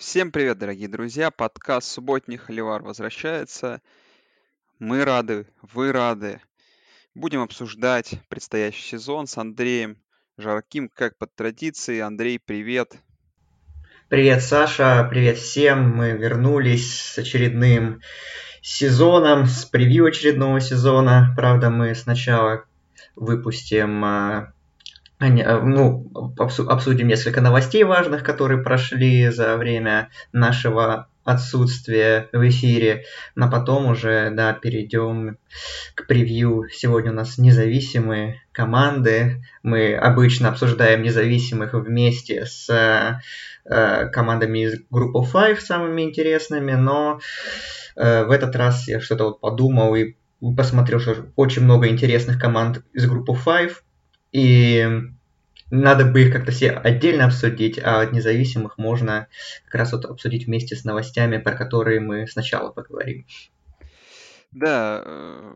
Всем привет, дорогие друзья! Подкаст «Субботний холивар» возвращается. Мы рады, вы рады. Будем обсуждать предстоящий сезон с Андреем Жарким, как по традиции. Андрей, привет! Привет, Саша, привет всем. Мы вернулись с очередным сезоном, с превью очередного сезона. Правда, мы сначала выпустим, обсудим несколько новостей важных, которые прошли за время нашего отсутствия в эфире, но потом уже, да, перейдем к превью. Сегодня у нас независимые команды. Мы обычно обсуждаем независимых вместе с командами из группы Five самыми интересными, но в этот раз я что-то вот подумал и посмотрел, что очень много интересных команд из группы Five, и надо бы их как-то все отдельно обсудить, а от независимых можно как раз вот обсудить вместе с новостями, про которые мы сначала поговорим. Да,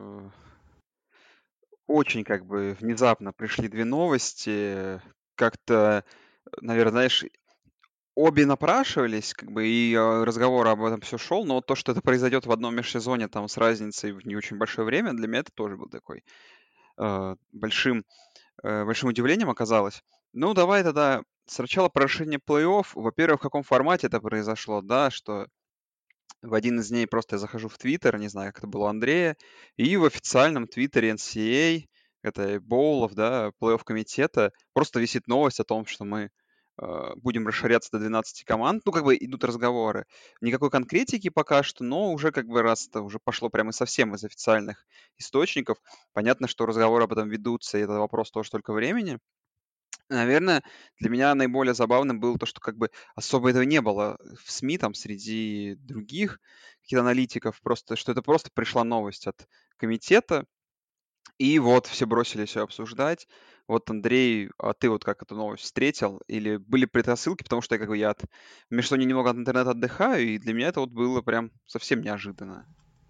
очень как бы внезапно пришли две новости. Как-то, наверное, знаешь, обе напрашивались, как бы, и разговор об этом все шел, но вот то, что это произойдет в одном межсезонье, там, с разницей в не очень большое время, для меня это тоже был такой большим большим удивлением оказалось. Ну, давай тогда сначала про решение плей-офф. Во-первых, в каком формате это произошло, да, что в один из дней просто я захожу в Твиттер, не знаю, как это было у Андрея, и в официальном Твиттере NCAA, это боулов, да, плей-офф комитета, просто висит новость о том, что мы будем расширяться до 12 команд. Ну, как бы идут разговоры. Никакой конкретики пока что, но уже как бы раз это уже пошло прямо совсем из официальных источников. Понятно, что разговоры об этом ведутся, и это вопрос тоже только времени. Наверное, для меня наиболее забавным было то, что как бы особо этого не было в СМИ, там, среди других каких-то аналитиков, просто, что это просто пришла новость от комитета, и вот все бросились её обсуждать. Вот, Андрей, а ты вот как эту новость встретил? Или были предпосылки? Потому что я как бы я от в межсезонье немного от интернета отдыхаю, и для меня это вот было прям совсем неожиданно.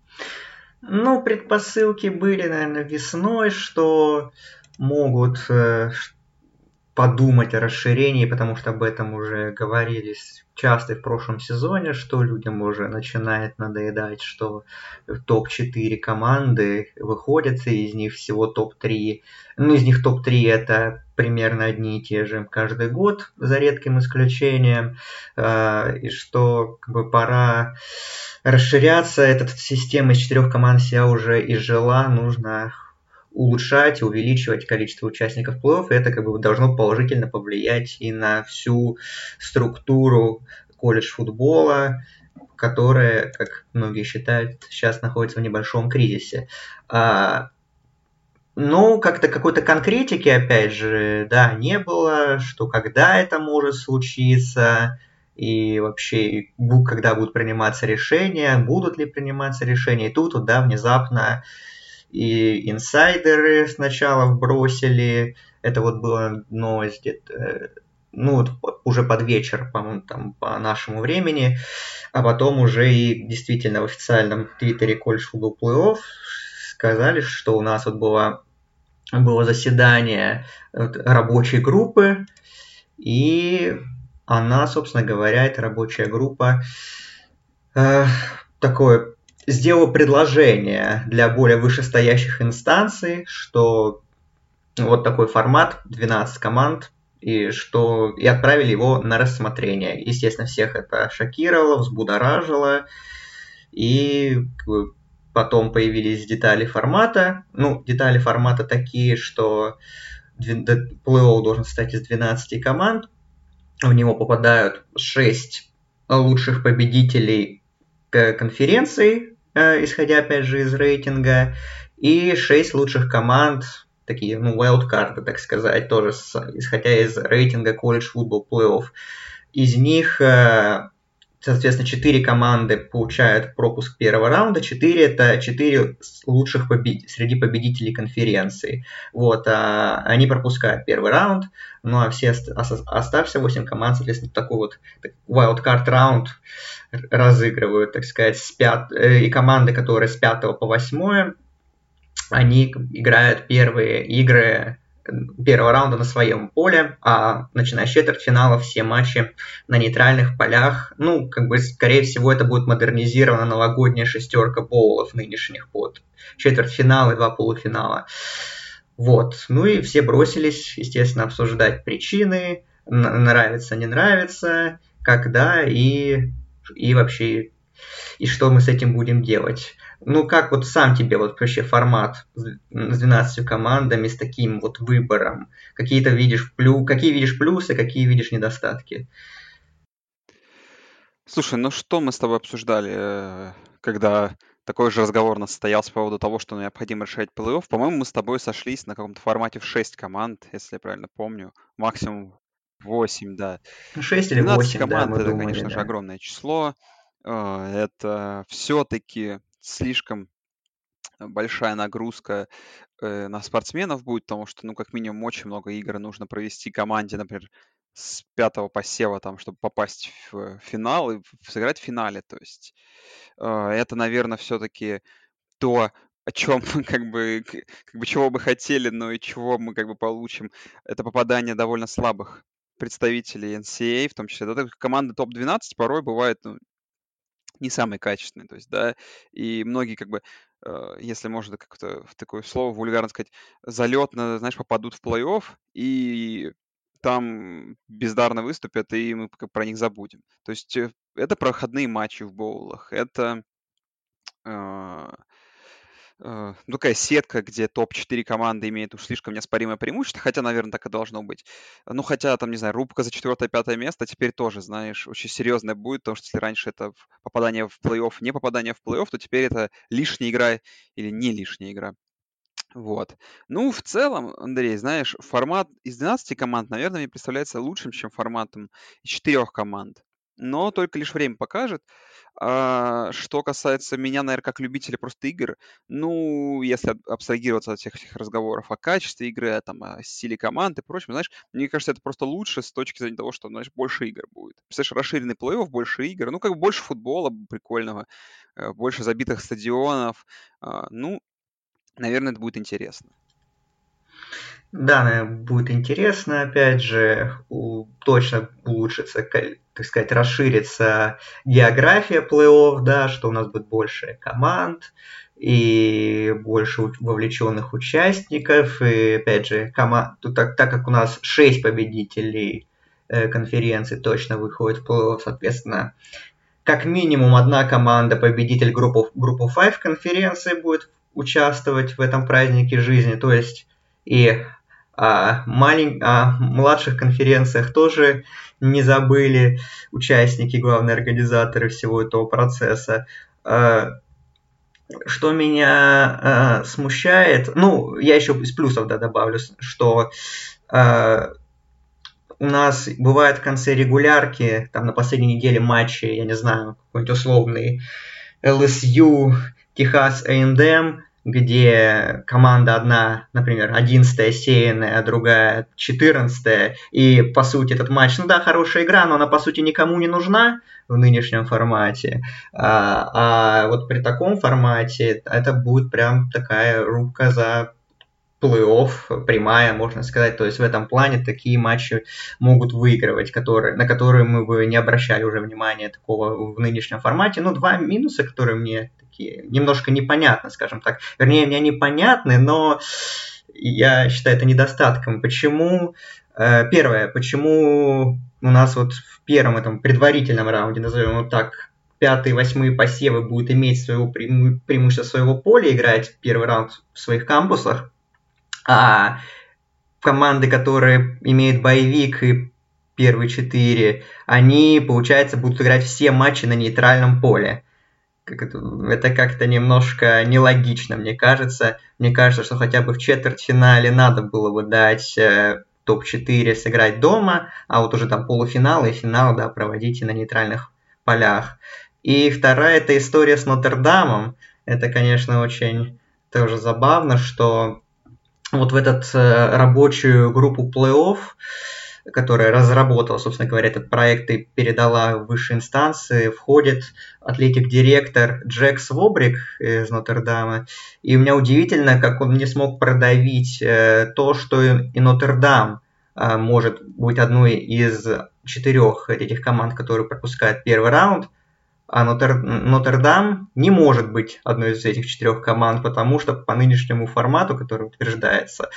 Ну, предпосылки были, наверное, весной, что могут подумать о расширении, потому что об этом уже говорились часто в прошлом сезоне, что людям уже начинает надоедать, что топ-4 команды выходят, и из них всего топ-3. Ну, из них топ-3 это примерно одни и те же каждый год, за редким исключением. И что как бы пора расширяться. Эта система из 4 команд себя уже изжила, нужно улучшать, увеличивать количество участников плей-офф, и это как бы должно положительно повлиять и на всю структуру колледж-футбола, которая, как многие считают, сейчас находится в небольшом кризисе. Ну, как-то какой-то конкретики, опять же, да, не было, что когда это может случиться, и вообще, когда будут приниматься решения, будут ли приниматься решения. И тут, вот, да, внезапно и инсайдеры сначала вбросили, это вот была новость где-то, ну вот уже под вечер, по-моему, там по нашему времени, а потом уже и действительно в официальном твиттере College Football Playoff сказали, что у нас вот было заседание рабочей группы, и она, собственно говоря, эта рабочая группа такое сделала предложение для более вышестоящих инстанций, что вот такой формат, 12 команд, и отправили его на рассмотрение. Естественно, всех это шокировало, взбудоражило, и потом появились детали формата. Ну, детали формата такие, что плей-офф должен состоять из 12 команд, в него попадают 6 лучших победителей конференции, исходя опять же из рейтинга, и 6 лучших команд, такие, ну, wildcard, так сказать, тоже исходя из рейтинга College Football Playoff. Из них, соответственно, 4 команды получают пропуск первого раунда, 4 это 4 лучших среди победителей конференции. Вот, они пропускают первый раунд, ну а все оставшиеся 8 команд, соответственно, такой вот wildcard раунд разыгрывают, так сказать, и команды, которые с 5 по 8, они играют первые игры первого раунда на своем поле, а начиная с четвертьфинала все матчи на нейтральных полях. Ну, как бы, скорее всего, это будет модернизирована новогодняя шестерка боулов нынешних под четвертьфинал и 2 полуфинала. Вот. Ну и все бросились, естественно, обсуждать причины, нравится, не нравится, когда и вообще, и что мы с этим будем делать. Ну, как вот сам тебе вот вообще формат с 12 командами, с таким вот выбором? Какие видишь плюсы, какие видишь недостатки? Слушай, ну что мы с тобой обсуждали, когда такой же разговор у нас состоялся по поводу того, что необходимо решать плей-офф? По-моему, мы с тобой сошлись на каком-то формате в 6 команд, если я правильно помню. Максимум 8, да. 6 или 12 8, да, команд — мы это, думали, конечно же, да. огромное число. Это все-таки слишком большая нагрузка на спортсменов будет, потому что, ну, как минимум, очень много игр нужно провести команде, например, с 5-го посева, там, чтобы попасть в финал и сыграть в финале. То есть это, наверное, все-таки то, о чем мы как бы чего бы хотели, но и чего мы как бы получим. Это попадание довольно слабых представителей NCAA, в том числе. Да, команды топ-12 порой бывают, ну, не самый качественный, то есть, да, и многие как бы, если можно как-то в такое слово вульгарно сказать, залетно, знаешь, попадут в плей-офф и там бездарно выступят, и мы про них забудем. То есть это проходные матчи в боулах, это э, ну, такая сетка, где топ-4 команды имеют уж слишком неоспоримое преимущество, хотя, наверное, так и должно быть. Ну, хотя, там, не знаю, рубка за 4-5 место теперь тоже, знаешь, очень серьезная будет, потому что если раньше это попадание в плей-офф, не попадание в плей-офф, то теперь это лишняя игра или не лишняя игра. Вот. Ну, в целом, Андрей, знаешь, формат из 12 команд, наверное, мне представляется лучшим, чем форматом из 4 команд. Но только лишь время покажет. Что касается меня, наверное, как любителя просто игр, ну, если абстрагироваться от всех этих разговоров о качестве игры, о стиле команд и прочем, знаешь, мне кажется, это просто лучше с точки зрения того, что, знаешь, больше игр будет. Представляешь, расширенный плей-офф, больше игр, ну, как бы больше футбола прикольного, больше забитых стадионов. Ну, наверное, это будет интересно. Да, наверное, будет интересно, опять же, точно улучшится, так сказать, расширится география плей-офф, да, что у нас будет больше команд и больше вовлеченных участников, и опять же, так как у нас 6 победителей конференции точно выходит в плей-офф, соответственно, как минимум одна команда, победитель группы 5 конференции будет участвовать в этом празднике жизни, то есть и младших конференциях тоже не забыли участники, главные организаторы всего этого процесса. Что меня смущает, ну, я еще из плюсов добавлю, что у нас бывает в конце регулярки, там на последней неделе матчи, я не знаю, какой-нибудь условный LSU, Техас A&M, где команда одна, например, 11-я сеянная, а другая 14-я, и, по сути, этот матч, ну да, хорошая игра, но она, по сути, никому не нужна в нынешнем формате, а вот при таком формате это будет прям такая рубка за плей-офф прямая, можно сказать. То есть в этом плане такие матчи могут выигрывать, на которые мы бы не обращали уже внимания такого в нынешнем формате. Ну, два минуса, которые мне такие немножко непонятны, скажем так. Вернее, мне непонятны, но я считаю это недостатком. Почему? Первое, почему у нас вот в первом этом предварительном раунде, назовем его так, 5-й, 8-й посевы будут иметь своего преимущество своего поля, играть первый раунд в своих кампусах, а команды, которые имеют боевик и первые 4, они, получается, будут играть все матчи на нейтральном поле. Это как-то немножко нелогично, мне кажется. Мне кажется, что хотя бы в четвертьфинале надо было бы дать топ-4 сыграть дома, а вот уже там полуфинал и финал, да, проводите на нейтральных полях. И вторая, это история с Нотр-Дамом. Это, конечно, очень тоже забавно, что вот в эту рабочую группу плей-офф которая разработала, собственно говоря, этот проект и передала в высшие инстанции, входит атлетик-директор Джек Свобрик из Нотр-Дама. И у меня удивительно, как он не смог продавить то, что и Нотр-Дам может быть одной из 4 этих команд, которые пропускают первый раунд, а Нотр-Дам не может быть одной из этих 4 команд, потому что по нынешнему формату, который утверждается,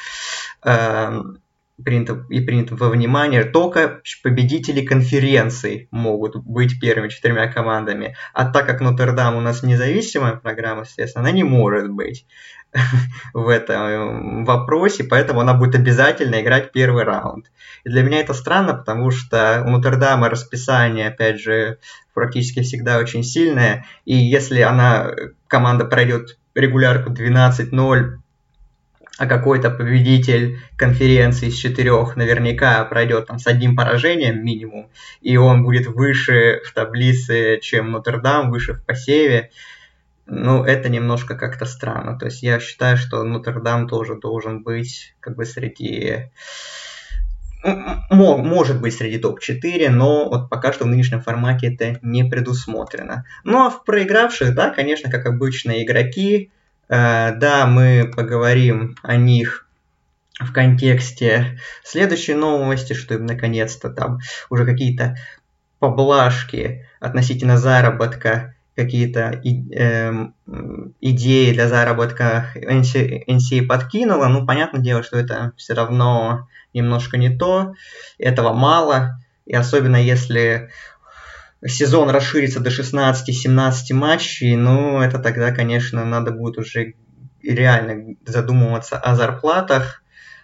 принято во внимание, только победители конференций могут быть первыми 4 командами. А так как Нотр-Дам у нас независимая программа, естественно, она не может быть в этом вопросе, поэтому она будет обязательно играть первый раунд. И для меня это странно, потому что у Нотр-Дама расписание, опять же, практически всегда очень сильное, и если команда пройдет регулярку 12-0, а какой-то победитель конференции из 4 наверняка пройдет там с 1 поражением минимум, и он будет выше в таблице, чем Нотр-Дам, выше в посеве, ну, это немножко как-то странно. То есть я считаю, что Нотр-Дам тоже должен быть как бы среди... Может быть среди топ-4, но вот пока что в нынешнем формате это не предусмотрено. Ну, а в проигравших, да, конечно, как обычно, игроки. Да, мы поговорим о них в контексте следующей новости, что им наконец-то там уже какие-то поблажки относительно заработка, какие-то идеи для заработка NCAA подкинула. Ну, понятное дело, что это все равно немножко не то, этого мало, и особенно если сезон расширится до 16-17 матчей, ну, это тогда, конечно, надо будет уже реально задумываться о зарплатах,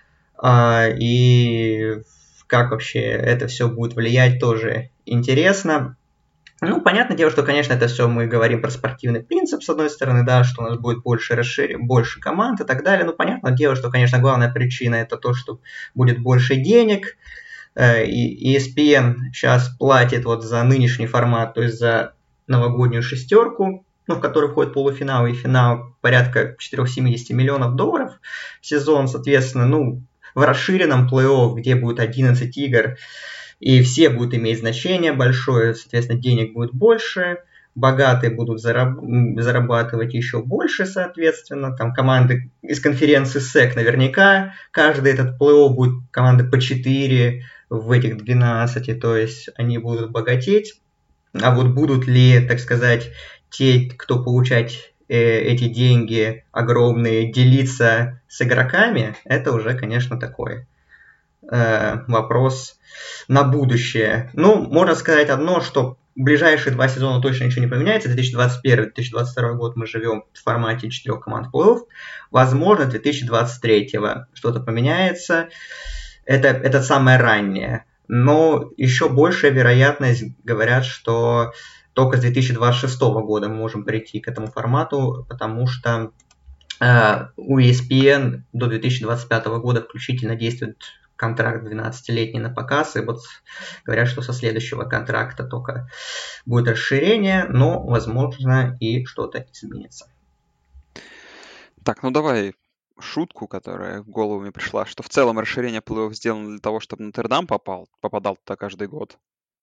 и как вообще это все будет влиять, тоже интересно. Ну, понятное дело, что, конечно, это все мы говорим про спортивный принцип, с одной стороны, да, что у нас будет больше команд и так далее. Ну, понятное дело, что, конечно, главная причина это то, что будет больше денег. И ESPN сейчас платит вот за нынешний формат, то есть за новогоднюю шестерку, ну, в которой входит полуфинал и финал, порядка 470 миллионов долларов в сезон, соответственно, ну, в расширенном плей-офф, где будет 11 игр, и все будут иметь значение большое, соответственно, денег будет больше, богатые будут зарабатывать еще больше, соответственно, там команды из конференции SEC наверняка, каждый этот плей-офф будет команды по 4 в этих 12, то есть они будут богатеть, а вот будут ли, так сказать, те, кто получать эти деньги огромные, делиться с игроками, это уже, конечно, такой вопрос на будущее. Ну, можно сказать одно, что в ближайшие 2 сезона точно ничего не поменяется. 2021-2022 год мы живем в формате 4 команд плей-офф. Возможно, 2023 что-то поменяется. Это самое раннее. Но еще большая вероятность, говорят, что только с 2026 года мы можем прийти к этому формату, потому что у ESPN до 2025 года включительно действует контракт 12-летний на показ, и вот говорят, что со следующего контракта только будет расширение, но, возможно, и что-то изменится. Так, ну давай шутку, которая в голову мне пришла, что в целом расширение плей-офф сделано для того, чтобы Нотр-Дам попадал туда каждый год.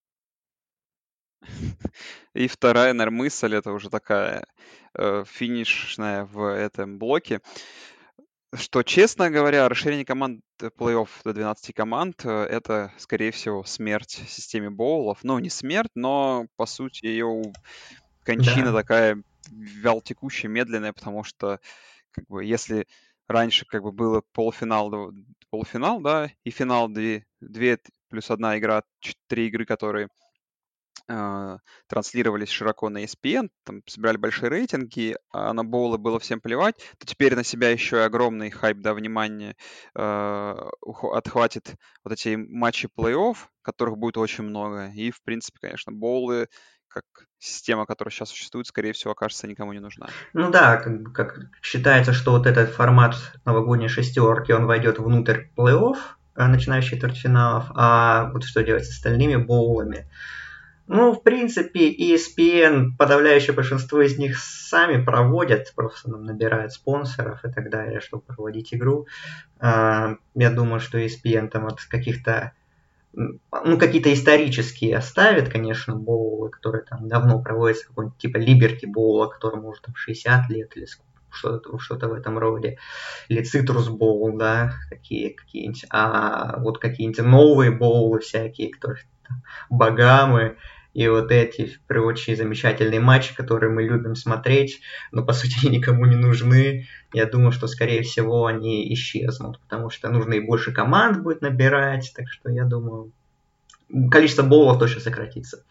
И вторая, наверное, мысль, это уже такая финишная в этом блоке, что, честно говоря, расширение команд плей-офф до 12 команд это, скорее всего, смерть системе боулов. Ну, не смерть, но, по сути, ее кончина такая вялотекущая, медленная, потому что, как бы, если раньше как бы было полуфинал, да, и финал 2 плюс 1 игра, 3 игры, которые транслировались широко на ESPN, там собирали большие рейтинги, а на боулы было всем плевать, то теперь на себя еще и огромный хайп, да, внимание отхватит вот эти матчи плей-офф, которых будет очень много. И, в принципе, конечно, боулы, как система, которая сейчас существует, скорее всего, окажется никому не нужна. Ну да, как считается, что вот этот формат новогодней шестерки, он войдет внутрь плей-офф, начиная с четвертьфиналов, а вот что делать с остальными боулами? Ну, в принципе, ESPN, подавляющее большинство из них сами проводят, просто набирают спонсоров и так далее, чтобы проводить игру. Я думаю, что ESPN там от каких-то ну, какие-то исторические оставят, конечно, боулы, которые там давно проводятся, какой-нибудь типа Liberty Bowl, которому уже там 60 лет или что-то в этом роде, или Citrus Bowl, да, какие-нибудь, а вот какие-нибудь новые боулы всякие, которые там, Багамы, и вот эти прочие замечательные матчи, которые мы любим смотреть, но по сути никому не нужны. Я думаю, что скорее всего они исчезнут, потому что нужно и больше команд будет набирать, так что я думаю, количество боулов точно сократится.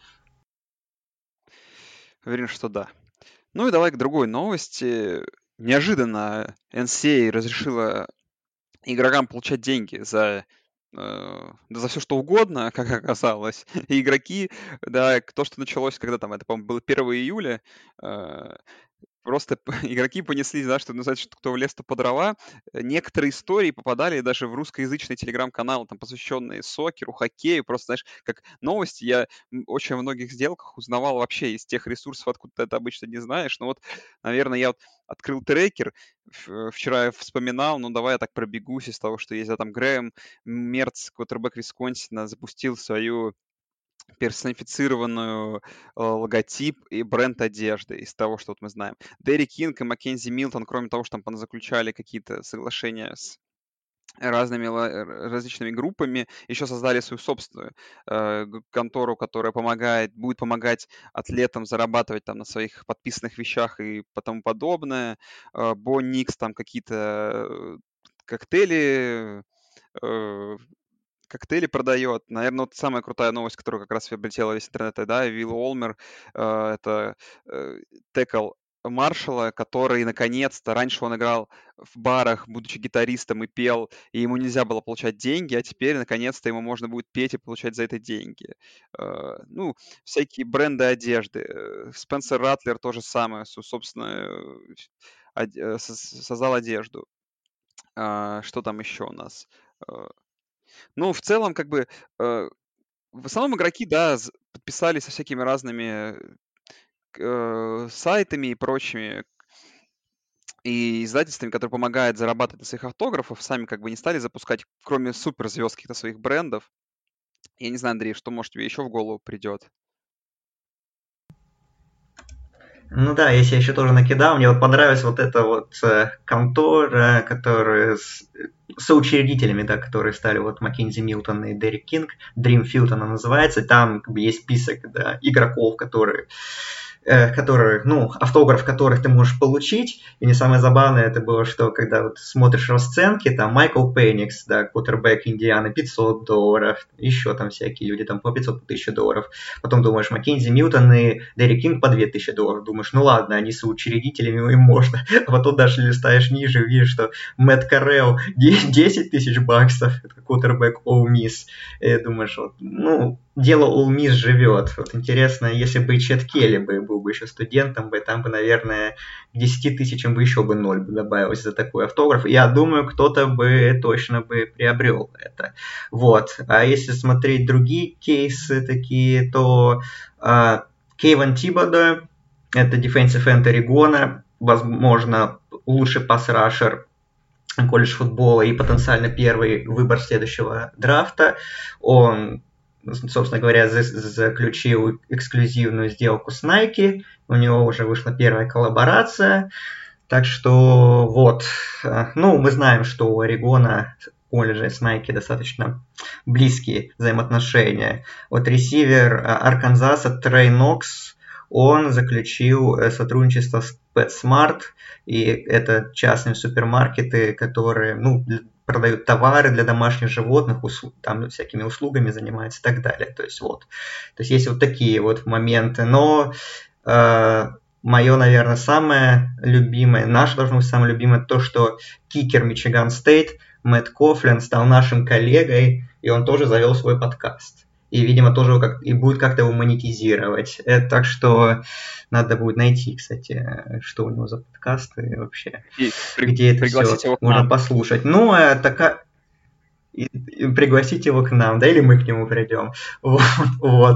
Уверен, что да. Ну и давай к другой новости. Неожиданно NCAA разрешила игрокам получать деньги да за все что угодно, как оказалось. И игроки, да, то, что началось, когда там, это, по-моему, было 1 июля, э, просто игроки понеслись, да, что называется, что кто в лес, то по дрова. Некоторые истории попадали даже в русскоязычный телеграм-канал, там, посвященные сокеру, хоккею. Просто, знаешь, как новости я очень о многих сделках узнавал вообще из тех ресурсов, откуда ты это обычно не знаешь. Но вот, наверное, я вот открыл трекер, вчера я вспоминал, ну давай я так пробегусь из того, что есть, да, там Грэм Мерц, квотербек Висконсина, запустил свою персонифицированную логотип и бренд одежды из того, что вот мы знаем. Дерри Кинг и Маккензи Милтон, кроме того, что там заключали какие-то соглашения с разными различными группами, еще создали свою собственную контору, которая будет помогать атлетам зарабатывать там на своих подписанных вещах и тому подобное. Бо Никс там какие-то коктейли э, коктейли продает. Наверное, вот самая крутая новость, которая как раз облетела весь интернет, да, Вилл Олмер, это текл Маршалла, который наконец-то, раньше он играл в барах, будучи гитаристом, и пел, и ему нельзя было получать деньги, а теперь наконец-то ему можно будет петь и получать за это деньги. Ну, всякие бренды одежды. Спенсер Ратлер то же самое, собственно, создал одежду. Что там еще у нас? Э, ну, в целом, как бы, в основном игроки, да, подписались со всякими разными сайтами и прочими, и издательствами, которые помогают зарабатывать на своих автографах, сами как бы не стали запускать, кроме суперзвезд каких-то своих брендов. Я не знаю, Андрей, что, может, тебе еще в голову придет? Ну да, если я еще тоже накидал, мне вот понравилась вот эта вот контора, которая с соучредителями, да, которые стали вот Маккензи Милтон и Дерек Кинг, Dreamfield она называется, там как бы есть список, да, игроков, которые, ну, автограф которых ты можешь получить. И не самое забавное это было, что когда вот смотришь расценки, там Майкл Пенникс, да, квотербек Индианы, $500, еще там всякие люди там по 500, по $1000. Потом думаешь, Маккензи Милтон и Дерри Кинг по $2000. Думаешь, ну ладно, они соучредителями, им можно. А потом даже листаешь ниже, видишь, что Мэтт Карелл $10 000, это квотербек Ole Miss. И думаешь, вот, ну, дело Ole Miss живет. Вот интересно, если бы Чет Келли был бы еще студентом, там бы, наверное, к 10 тысячам бы еще бы 0 бы добавилось за такой автограф. Я думаю, кто-то бы точно бы приобрел это. Вот. А если смотреть другие кейсы такие, то Кейван Тибодо, это defensive end Орегона, возможно, лучший пас-рашер колледж футбола и потенциально первый выбор следующего драфта. Он, собственно говоря, заключил эксклюзивную сделку с Nike. У него уже вышла первая коллаборация. Так что вот. Ну, мы знаем, что у Орегона колледжа с Nike достаточно близкие взаимоотношения. Вот ресивер Арканзаса Трей Нокс, он заключил сотрудничество с PetSmart, и это частные супермаркеты, которые, ну, продают товары для домашних животных, там всякими услугами занимаются и так далее. То есть вот. То есть есть вот такие вот моменты. Но мое, наверное, самое любимое, наше должно быть самое любимое, то, что кикер Мичиган Стейт Мэтт Кофлин стал нашим коллегой, и он тоже завел свой подкаст. И, видимо, тоже будет как-то его монетизировать. Так что надо будет найти, кстати, что у него за подкаст и вообще, где это все можно послушать. Ну, такая... И пригласить его к нам, да, или мы к нему придем. Вот.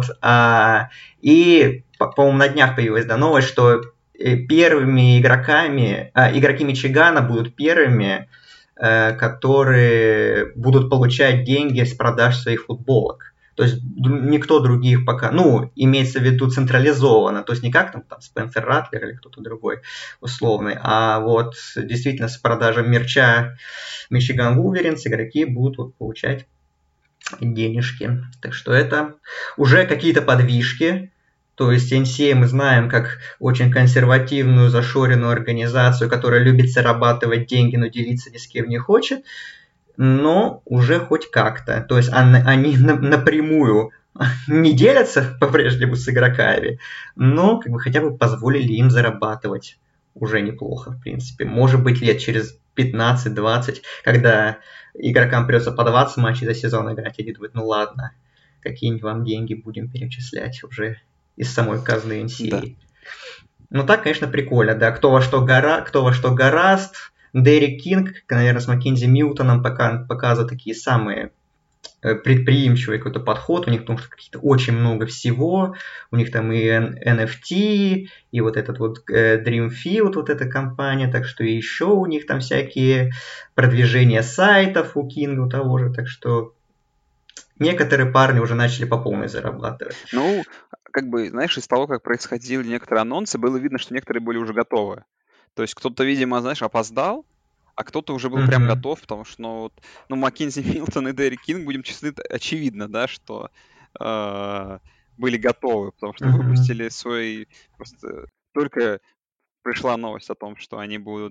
И, по-моему, на днях появилась, да, новость, что первыми игроки Мичигана будут первыми, которые будут получать деньги с продаж своих футболок. То есть никто других пока, ну, имеется в виду централизованно, то есть не как там Спенсер Ратлер или кто-то другой условный, а вот действительно с продажей мерча Мичиган Вулверинс игроки будут вот получать денежки. Так что это уже какие-то подвижки. То есть NCAA мы знаем как очень консервативную, зашоренную организацию, которая любит зарабатывать деньги, но делиться ни с кем не хочет. Но уже хоть как-то. То есть они напрямую не делятся по-прежнему с игроками, но как бы хотя бы позволили им зарабатывать уже неплохо, в принципе. Может быть, лет через 15-20, когда игрокам придется по 20 матчей за сезон играть, они думают, ну ладно, какие-нибудь вам деньги будем перечислять уже из самой казны Да. NCAA. Ну так, конечно, прикольно, да. Кто во что гораст. Дерек Кинг, наверное, с Маккензи Милтоном показывают такие самые предприимчивый какой-то подход, у них потому что какие-то очень много всего, у них там и NFT, и вот этот вот Dreamfield, вот эта компания, так что и еще у них там всякие продвижения сайтов у Кинга у того же, так что некоторые парни уже начали по полной зарабатывать. Ну, как бы, знаешь, из того, как происходили некоторые анонсы, было видно, что некоторые были уже готовы. То есть кто-то, видимо, знаешь, опоздал, а кто-то уже был прям Мгм. готов, потому что, ну, вот, ну, Маккензи Милтон и Дерек Кинг, будем честны, очевидно, да, что э, были готовы, потому что Мгм. выпустили свой... Просто только пришла новость о том, что они будут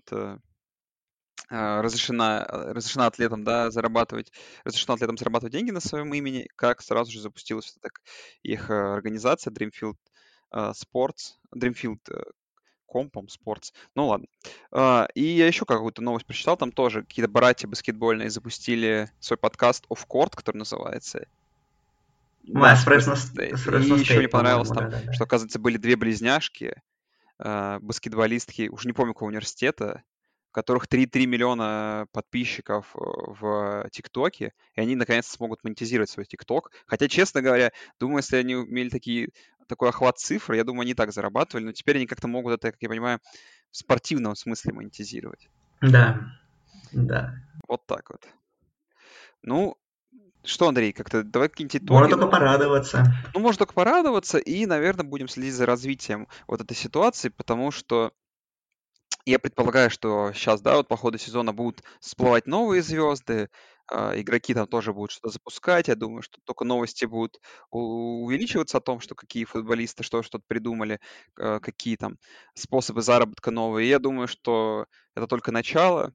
разрешена атлетам, да, разрешено атлетам зарабатывать деньги на своем имени, как сразу же запустилась вот так их организация Dreamfield Dreamfield Compom Sports. Ну ладно. И я еще какую-то новость прочитал, там тоже какие-то братья баскетбольные запустили свой подкаст Off Court, который называется. Да, с Fresno State. И С Fresno еще мне State, понравилось по-моему, там, что, да-да-да. оказывается, были две близняшки, баскетболистки, уж не помню какого университета, у которых 3,3 миллиона подписчиков в ТикТоке, и они наконец-то смогут монетизировать свой ТикТок. Хотя, честно говоря, думаю, если они имели такой охват цифр, я думаю, они так зарабатывали, но теперь они как-то могут это, как я понимаю, в спортивном смысле монетизировать. Да, да. Вот так вот. Ну, что, Андрей, как-то давай какие-нибудь Можно итоги. только порадоваться. Ну, можно только порадоваться и, наверное, будем следить за развитием вот этой ситуации, потому что я предполагаю, что сейчас, да, вот по ходу сезона будут всплывать новые звезды, игроки там тоже будут что-то запускать. Я думаю, что только новости будут увеличиваться о том, что какие футболисты что-то придумали, какие там способы заработка новые. И я думаю, что это только начало.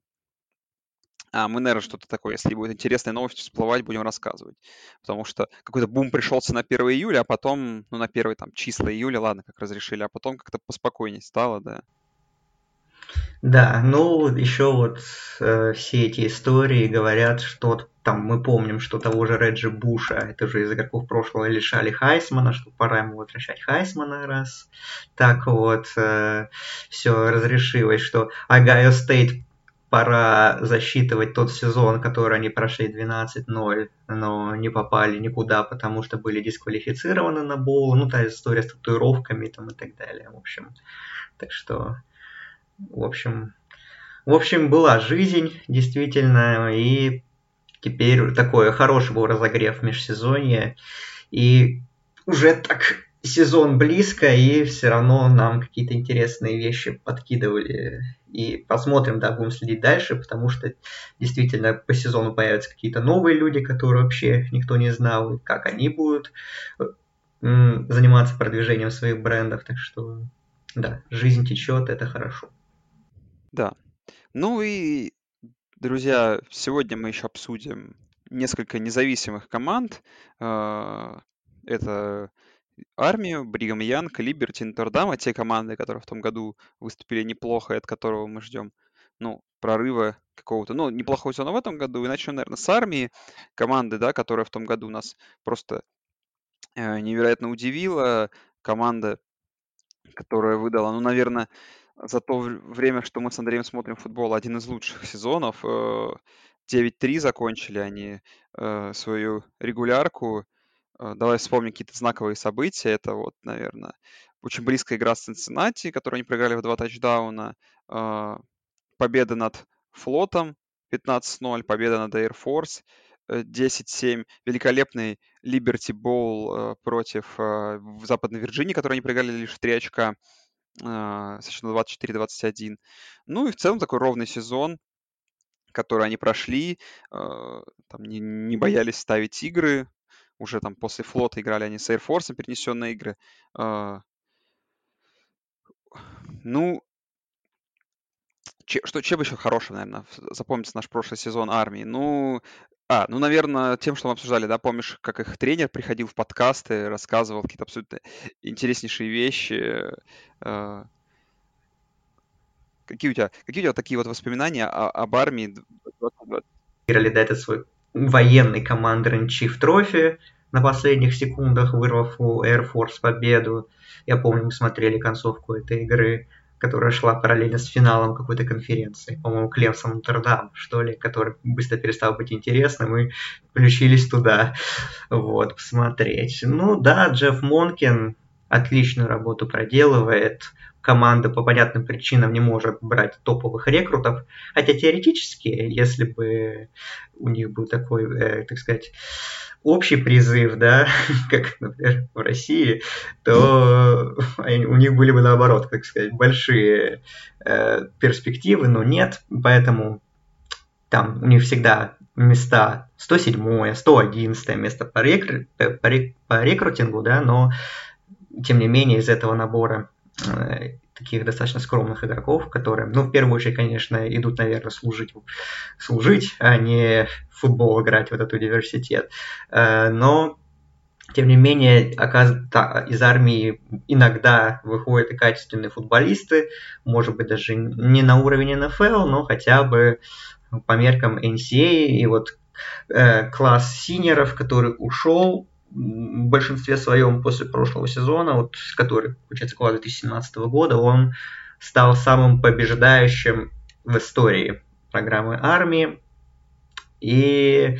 А мы, наверное, что-то такое, если будет интересная новость всплывать, будем рассказывать. Потому что какой-то бум пришелся на 1 июля, а потом, ну, на первые там числа июля, ладно, как разрешили, а потом как-то поспокойнее стало, да. Да, ну еще вот все эти истории говорят, что там мы помним, что того же Реджи Буша, это же из игроков прошлого, лишали Хайсмана, что пора ему возвращать Хайсмана раз. Так вот, все разрешилось, что Агайо Стейт пора засчитывать тот сезон, который они прошли 12-0, но не попали никуда, потому что были дисквалифицированы на боул. Ну, та история с татуировками там и так далее, в общем. Так что, в общем, была жизнь, действительно, и теперь такой хороший был разогрев в межсезонье. И уже так сезон близко, и все равно нам какие-то интересные вещи подкидывали. И посмотрим, да, будем следить дальше, потому что действительно по сезону появятся какие-то новые люди, которые вообще никто не знал, и как они будут заниматься продвижением своих брендов. Так что, да, жизнь течет, это хорошо. Да. Ну и, друзья, сегодня мы еще обсудим несколько независимых команд. Это армию, Бригам Янг, Либерти, Нотр-Дам, те команды, которые в том году выступили неплохо, и от которого мы ждем, ну, прорыва какого-то, ну, неплохого сезона в этом году. И начнем, наверное, с армии, команды, да, которая в том году нас просто невероятно удивила. Команда, которая выдала, ну, наверное, за то время, что мы с Андреем смотрим футбол, один из лучших сезонов. 9-3 закончили они свою регулярку. Давай вспомним какие-то знаковые события. Это вот, наверное, очень близкая игра с Цинциннати, которую они проиграли в 2 тачдауна. Победа над Флотом 15-0, победа над Air Force 10-7, великолепный Liberty Bowl против в Западной Вирджинии, который они проиграли лишь в 3 очка, со счетом 24-21. Ну и в целом такой ровный сезон, который они прошли, там не боялись ставить игры, уже там после флота играли они с Air Force, перенесенные игры. Ну, чем еще хорошего, наверное, запомнится наш прошлый сезон армии? Ну, наверное, тем, что мы обсуждали, да, помнишь, как их тренер приходил в подкасты, рассказывал какие-то абсолютно интереснейшие вещи. э, какие у тебя такие вот воспоминания об армии 2020? Выиграли, да, этот свой военный Commander-in-Chief трофи на последних секундах, вырвав у Air Force победу. Я помню, мы смотрели концовку этой игры, которая шла параллельно с финалом какой-то конференции. По-моему, Клемсон Нотр-Дам, что ли, который быстро перестал быть интересным, и включились туда, вот, посмотреть. Ну да, Джефф Монкин отличную работу проделывает. Команда по понятным причинам не может брать топовых рекрутов. Хотя теоретически, если бы у них был такой, так сказать, общий призыв, да, как, например, в России, то у них были бы, наоборот, так сказать, большие перспективы, но нет, поэтому там у них всегда места 107, 111 место по рекрутингу, да, но тем не менее из этого набора таких достаточно скромных игроков, которые, ну, в первую очередь, конечно, идут, наверное, служить, а не в футбол играть в этот университет. Но, тем не менее, из армии иногда выходят и качественные футболисты, может быть, даже не на уровень НФЛ, но хотя бы по меркам NCAA. И вот класс синеров, который ушел в большинстве своем после прошлого сезона, вот, который, получается, класс 2017 года, он стал самым побеждающим в истории программы армии. И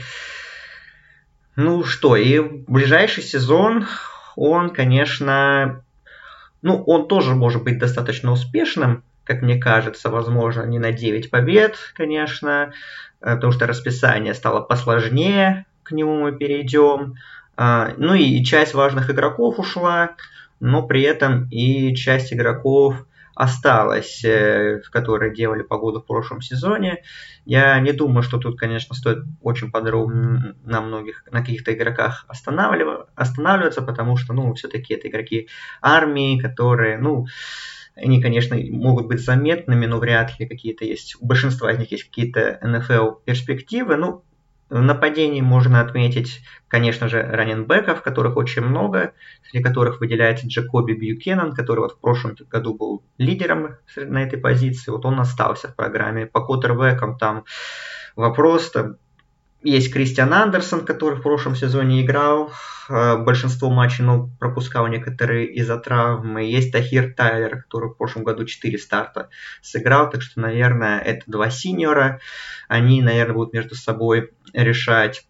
ну что, и ближайший сезон, он, конечно, ну, он тоже может быть достаточно успешным, как мне кажется, возможно, не на 9 побед, конечно, потому что расписание стало посложнее, к нему мы перейдем. Ну и часть важных игроков ушла, но при этом и часть игроков осталась, которые делали погоду в прошлом сезоне. Я не думаю, что тут, конечно, стоит очень подробно на каких-то игроках останавливаться, потому что, ну, все-таки это игроки армии, которые, ну, они, конечно, могут быть заметными, но вряд ли какие-то есть, у большинства из них есть какие-то НФЛ-перспективы. Ну, в нападении можно отметить, конечно же, раннинбеков, которых очень много, среди которых выделяется Джакоби Бьюкенен, который вот в прошлом году был лидером на этой позиции. Вот он остался в программе. По квотербекам там вопрос, там есть Кристиан Андерсон, который в прошлом сезоне играл большинство матчей, но пропускал некоторые из-за травмы. Есть Тахир Тайлер, который в прошлом году 4 старта сыграл. Так что, наверное, это два синьора. Они, наверное, будут между собой решать,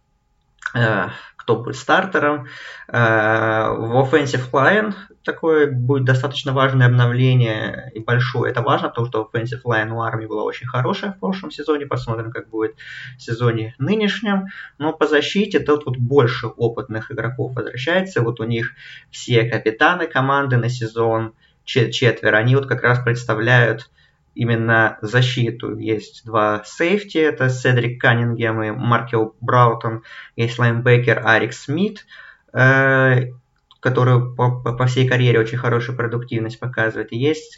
кто будет стартером. В Offensive Line такое будет достаточно важное обновление и большое. Это важно, потому что Offensive Line у армии была очень хорошая в прошлом сезоне. Посмотрим, как будет в сезоне нынешнем. Но по защите тут вот больше опытных игроков возвращается. Вот у них все капитаны команды на сезон, четверо, они вот как раз представляют именно защиту. Есть два сейфти, это Седрик Каннингем и Маркел Браутон. Есть лайнбекер Арик Смит, который по всей карьере очень хорошую продуктивность показывает. И есть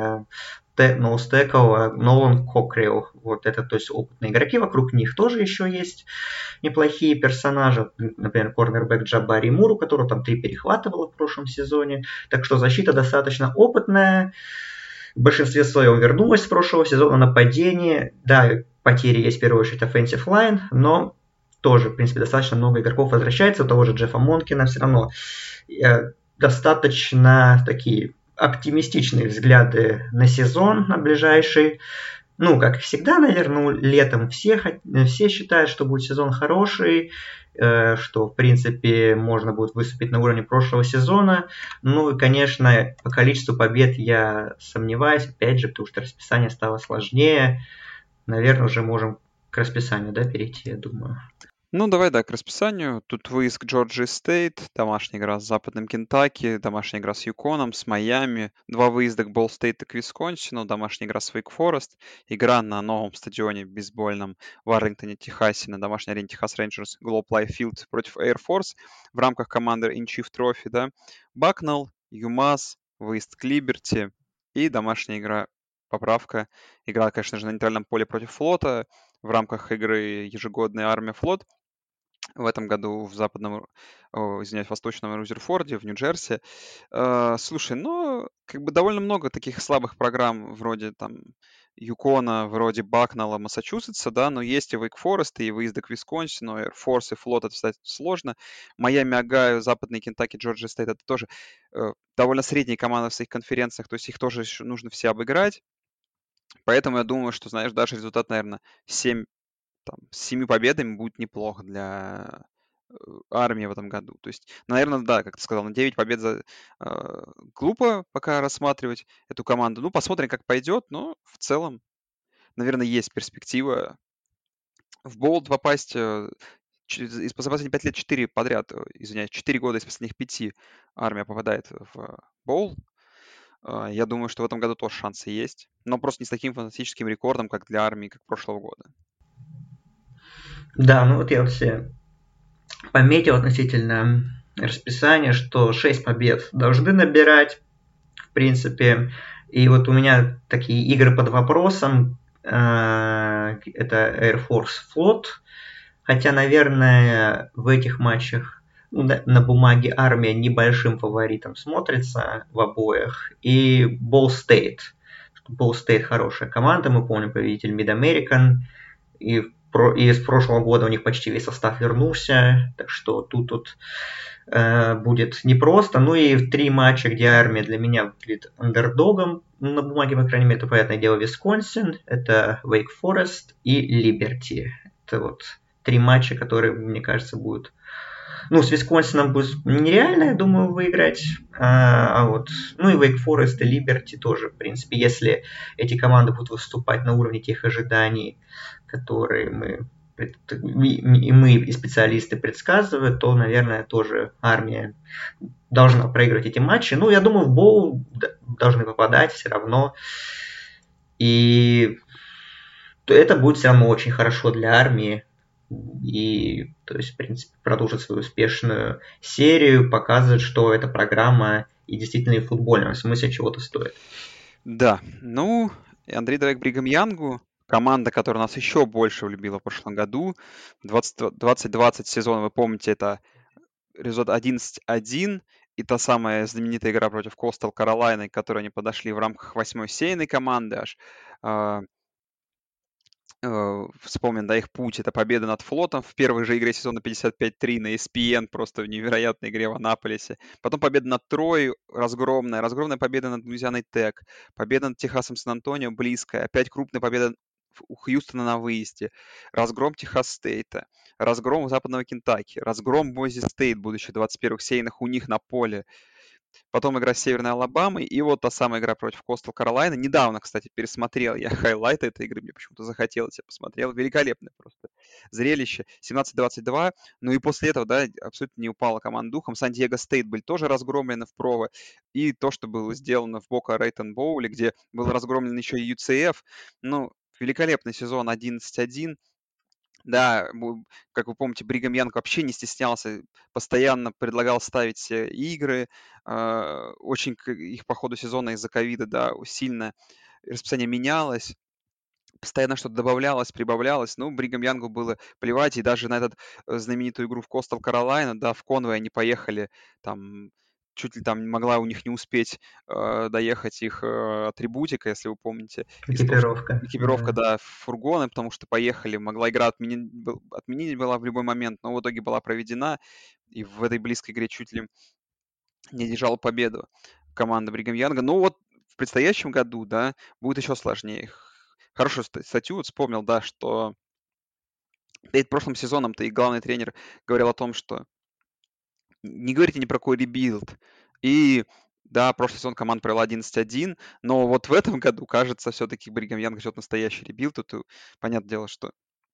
ноустекл Нолан Кокрилл. Вот это, то есть опытные игроки. Вокруг них тоже еще есть неплохие персонажи. Например, корнербэк Джабари Мур, у которого там 3 перехвата было в прошлом сезоне. Так что защита достаточно опытная. В большинстве своем вернулась с прошлого сезона нападение. Да, потери есть в первую очередь offensive line, но тоже, в принципе, достаточно много игроков возвращается. У того же Джеффа Монкина все равно достаточно такие оптимистичные взгляды на сезон, на ближайший. Ну, как всегда, наверное, летом все считают, что будет сезон хороший, что, в принципе, можно будет выступить на уровне прошлого сезона. Ну и, конечно, по количеству побед я сомневаюсь, опять же, потому что расписание стало сложнее. Наверное, уже можем к расписанию, да, перейти, я думаю. Ну, давай, да, к расписанию. Тут выезд к Джорджии Стейт, домашняя игра с Западным Кентаки, домашняя игра с Юконом, с Майами, два выезда к Болл Стейт и к Висконсину, домашняя игра с Вейк Форест, игра на новом стадионе бейсбольном в Арлингтоне, Техасе, на домашней арене Техас Рейнджерс, Globe Life Field против Air Force в рамках команды In Chief Trophy, да, Бакнелл, ЮМАС, выезд к Либерти и домашняя игра, поправка, игра, конечно же, на нейтральном поле против Флота в рамках игры ежегодная Армия-Флот в этом году в извиняюсь, восточном Рузерфорде, в Нью-Джерси. Слушай, ну, как бы довольно много таких слабых программ вроде там Юкона, вроде Бакнелла, Массачусетса, да, но есть и Вейк Форест, и выезды к Висконсину, Air Force и Флот, это, кстати, сложно. Майами, Огайо, Западный Кентаки, Джорджия Стейт, это тоже довольно средние команды в своих конференциях, то есть их тоже еще нужно все обыграть. Поэтому я думаю, что, знаешь, даже результат, наверное, 7 там, с 7 победами будет неплохо для армии в этом году. То есть, наверное, да, как ты сказал, на 9 побед глупо пока рассматривать эту команду. Ну, посмотрим, как пойдет, но в целом, наверное, есть перспектива в болт попасть. За последние 5 лет 4 подряд, извиняюсь, 4 года из последних 5 армия попадает в боул. Я думаю, что в этом году тоже шансы есть, но просто не с таким фантастическим рекордом, как для армии, как прошлого года. Да, ну вот я вот себе пометил относительно расписания, что 6 побед должны набирать, в принципе. И вот у меня такие игры под вопросом. Это Air Force Float. Хотя, наверное, в этих матчах на бумаге армия небольшим фаворитом смотрится в обоих. И Ball State. Ball State хорошая команда, мы помним победитель Mid-American. И с прошлого года у них почти весь состав вернулся. Так что тут будет непросто. Ну и в 3 матча, где армия для меня выглядит андердогом, на бумаге, по крайней мере, это, понятное дело, Висконсин, это Wake Forest и Либерти. Это вот 3 матча, которые, мне кажется, будут... Ну, с Висконсином будет нереально, я думаю, выиграть. Ну и Wake Forest и Либерти тоже, в принципе, если эти команды будут выступать на уровне тех ожиданий, которые мы и специалисты предсказывают, то, наверное, тоже армия должна проигрывать эти матчи. Ну, я думаю, в боул должны попадать все равно. И это будет все равно очень хорошо для армии. И, то есть, в принципе, продолжит свою успешную серию, показывает, что эта программа и действительно и в футбольном смысле чего-то стоит. Да, ну, и Андрей, давай к Бригам Янгу. Команда, которая нас еще больше влюбила в прошлом году. 2020 сезон, вы помните, это результат 11-1 и та самая знаменитая игра против Костел Каролайны, к которой они подошли в рамках 8-й сейной команды аж. А, Вспомним, да, их путь. Это победа над Флотом в первой же игре сезона 55-3 на ESPN, просто в невероятной игре в Анаполисе. Потом победа над Трой разгромная победа над Луизианой Тек, победа над Техасом Сан-Антонио близкая, опять крупная победа у Хьюстона на выезде, разгром Техас Стейта, разгром Западного Кентаки, разгром Бойзи Стейт, будучи 21-х сейных у них на поле, потом игра с Северной Алабамой, и вот та самая игра против Костел Каролайна. Недавно, кстати, пересмотрел я хайлайты этой игры, мне почему-то захотелось, я посмотрел. Великолепное просто зрелище. 17-22. Ну и после этого, да, абсолютно не упала команда духом. Сан-Диего Стейт были тоже разгромлены в прово. И то, что было сделано в Бока Рейтон Боуле, где был разгромлен еще и UCF. Ну, великолепный сезон 11-1. Да, как вы помните, Бригам Янг вообще не стеснялся, постоянно предлагал ставить игры. Очень их по ходу сезона из-за ковида, да, сильно расписание менялось, постоянно что-то добавлялось, прибавлялось. Ну, Бригам Янгу было плевать, и даже на эту знаменитую игру в Костел Каролайна, да, в Конвей они поехали, там, чуть ли там могла у них не успеть доехать их атрибутика, если вы помните, из-за того, что Экипировка, экипировка, да. да, фургоны, потому что поехали, могла игра отменить была в любой момент, но в итоге была проведена, и в этой близкой игре чуть ли не держала победу команда Бригам Янга. Ну вот в предстоящем году, да, будет еще сложнее. Хорошую статью вот вспомнил, да, что перед прошлым сезоном-то и главный тренер говорил о том, что не говорите ни про какой ребилд. И да, прошлый сезон команда провела 11-1, но вот в этом году, кажется, все-таки Бригам Янг ждет настоящий ребилд. Тут понятное дело, что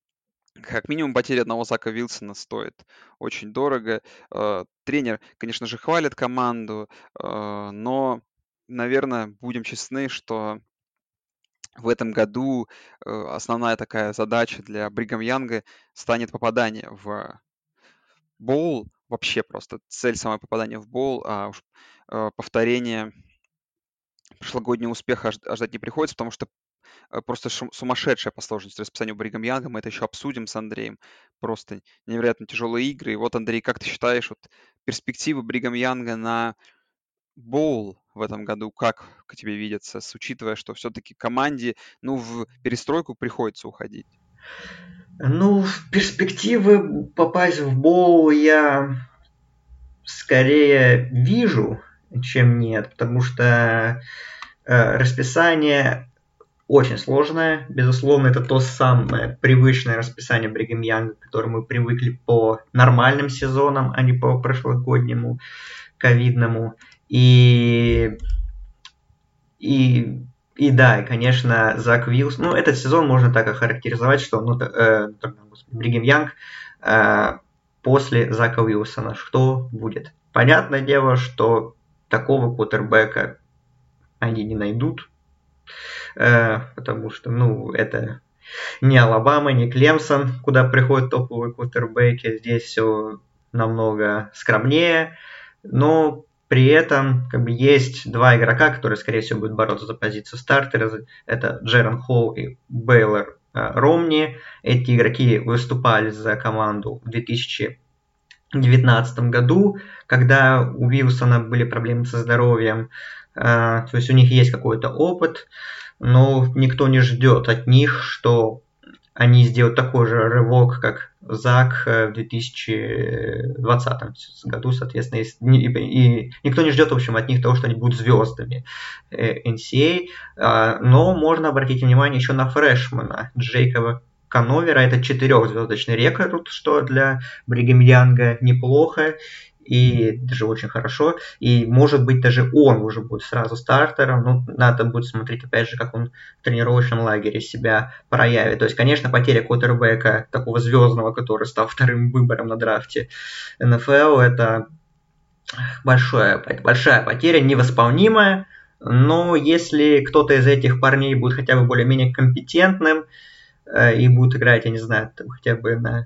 Как минимум потеря одного Зака Вилсона стоит очень дорого. Тренер, конечно же, хвалит команду, но, наверное, будем честны, что в этом году основная такая задача для Бригам Янга станет попадание в боул. Вообще просто цель самое попадание в боул, а уж повторение прошлогоднего успеха ждать не приходится, потому что просто сумасшедшая по сложности расписание у Бригам Янга. Мы это еще обсудим с Андреем. Просто невероятно тяжелые игры. И вот, Андрей, как ты считаешь, вот перспективы Бригам Янга на боул в этом году, как к тебе видятся, учитывая, что все-таки команде, ну, в перестройку приходится уходить? Ну, в перспективы попасть в боул я скорее вижу, чем нет, потому что расписание очень сложное. Безусловно, это то самое привычное расписание Бригам Янга, к которому мы привыкли по нормальным сезонам, а не по прошлогоднему ковидному. И да, и, конечно, Зак Вилс. Ну, этот сезон можно так охарактеризовать, что Бригам Янг после Зака Уилсона. Что будет? Понятное дело, что такого квотербека они не найдут, потому что, ну, это не Алабама, не Клемсон, куда приходят топовые квотербеки. Здесь все намного скромнее, но при этом как бы есть два игрока, которые, скорее всего, будут бороться за позицию стартера. Это Джерен Холл и Бейлор Ромни. Эти игроки выступали за команду в 2019 году, когда у Вилсона были проблемы со здоровьем. То есть у них есть какой-то опыт, но никто не ждет от них, что они сделают такой же рывок, как Зак в 2020 году, соответственно, и никто не ждет, в общем, от них того, что они будут звездами NCAA, но можно обратить внимание еще на фрешмана Джейкоба Кановера, это 4-звездочный рекорд, что для Бригам Янга неплохо, и даже очень хорошо, и может быть даже он уже будет сразу стартером, ну, надо будет смотреть опять же, как он в тренировочном лагере себя проявит. То есть, конечно, потеря квотербека, такого звездного, который стал вторым выбором на драфте НФЛ, это большая потеря, невосполнимая, но если кто-то из этих парней будет хотя бы более-менее компетентным и будет играть, я не знаю, там, хотя бы на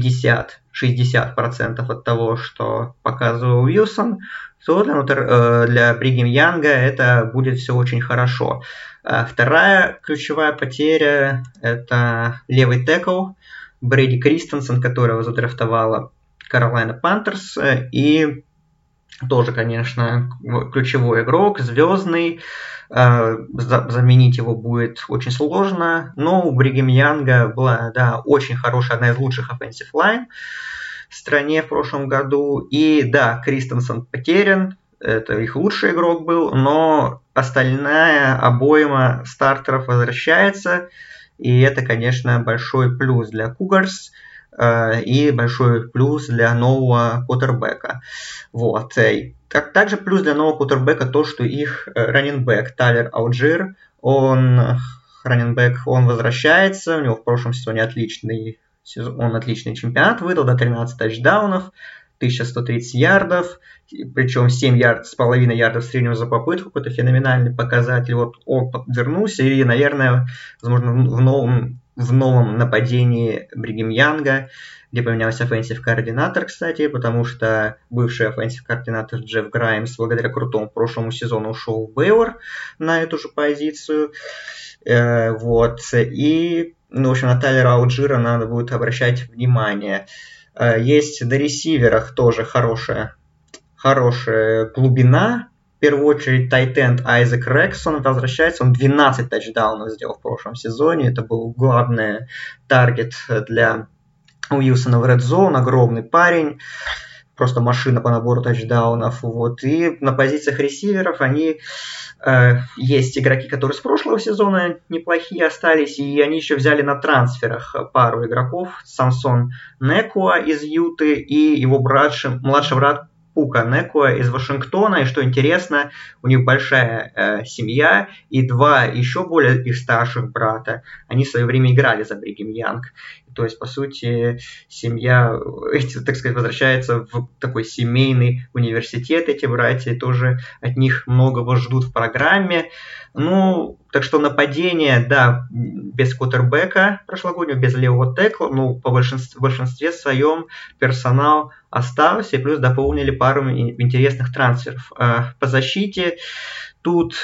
50-60% от того, что показывал Уилсон, то для Бригам Янга это будет все очень хорошо. Вторая ключевая потеря – это левый текл Брэди Кристенсен, которого задрафтовала Каролайна Пантерс, и тоже, конечно, ключевой игрок, звездный. Заменить его будет очень сложно. Но у Бригам Янга была, да, очень хорошая, одна из лучших offensive line в стране в прошлом году. И да, Кристенсен потерян, это их лучший игрок был, но остальная обойма стартеров возвращается. И это, конечно, большой плюс для Cougars и большой плюс для нового квотербека. Вот. Также плюс для нового квотербека то, что их раннинбэк Тайлер Алджир, он возвращается, у него в прошлом сезоне отличный чемпионат выдал, до 13 тачдаунов, 1130 ярдов, причем 7,5 ярдов среднего за попытку, какой-то феноменальный показатель. Вот он вернулся и, наверное, возможно, в новом нападении Бригам Янга, где поменялся offensive координатор, кстати, потому что бывший offensive координатор Джефф Граймс благодаря крутому прошлому сезону ушел в Бейвор на эту же позицию. Вот. И, в общем, на Тайлера Алджира надо будет обращать внимание. Есть на ресиверах тоже хорошая глубина. В первую очередь тайтенд Айзек Рексон возвращается. Он 12 тачдаунов сделал в прошлом сезоне. Это был главный таргет для Уилсона в Red Zone. Огромный парень. Просто машина по набору тачдаунов. Вот. И на позициях ресиверов есть игроки, которые с прошлого сезона неплохие остались, и они еще взяли на трансферах пару игроков. Самсон Некуа из Юты и его младший брат Пука Некуа из Вашингтона. И что интересно, у них большая семья, и два еще более их старших брата, они в свое время играли за Бригам Янг. То есть, по сути, семья, так сказать, возвращается в такой семейный университет, эти братья, и тоже от них многого ждут в программе. Ну, так что нападение, да, без квотербека прошлогоднего, без левого текла, ну, в большинстве своем персонал остался, и плюс дополнили пару интересных трансферов. По защите тут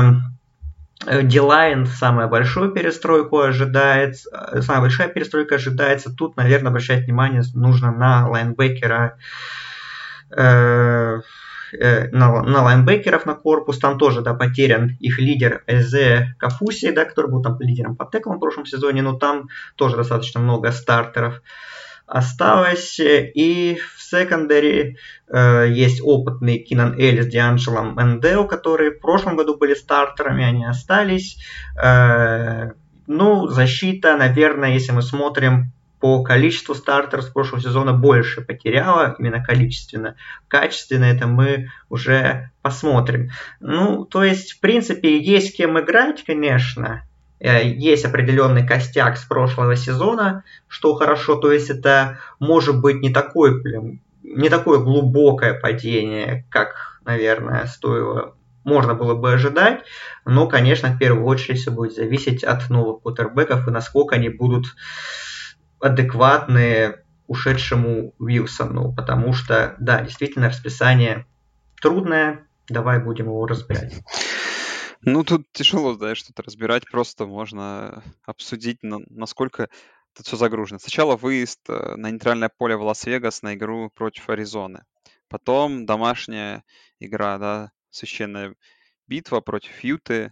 D-Line самая большая перестройка ожидается. Тут, наверное, обращать внимание нужно на лайнбекера, на лайнбекеров на корпус. Там тоже, да, потерян их лидер Эзе Кафуси, да, который был там лидером по теклам в прошлом сезоне, но там тоже достаточно много стартеров осталось. И в секондаре есть опытный Кинан Эллис, Дианджело Мэндео, которые в прошлом году были стартерами, они остались. Ну, защита, наверное, если мы смотрим по количеству стартеров с прошлого сезона, больше потеряла, именно количественно. Качественно это мы уже посмотрим. Ну, то есть, в принципе, есть кем играть, конечно. Есть определенный костяк с прошлого сезона, что хорошо, то есть это может быть не такое глубокое падение, как, наверное, можно было бы ожидать, но, конечно, в первую очередь все будет зависеть от новых квотербеков и насколько они будут адекватны ушедшему Уилсону, потому что, да, действительно, расписание трудное, давай будем его разбирать. Ну, тут тяжело, знаешь, что-то разбирать, просто можно обсудить, насколько тут все загружено. Сначала выезд на нейтральное поле в Лас-Вегас на игру против Аризоны. Потом домашняя игра, да, священная битва против Юты.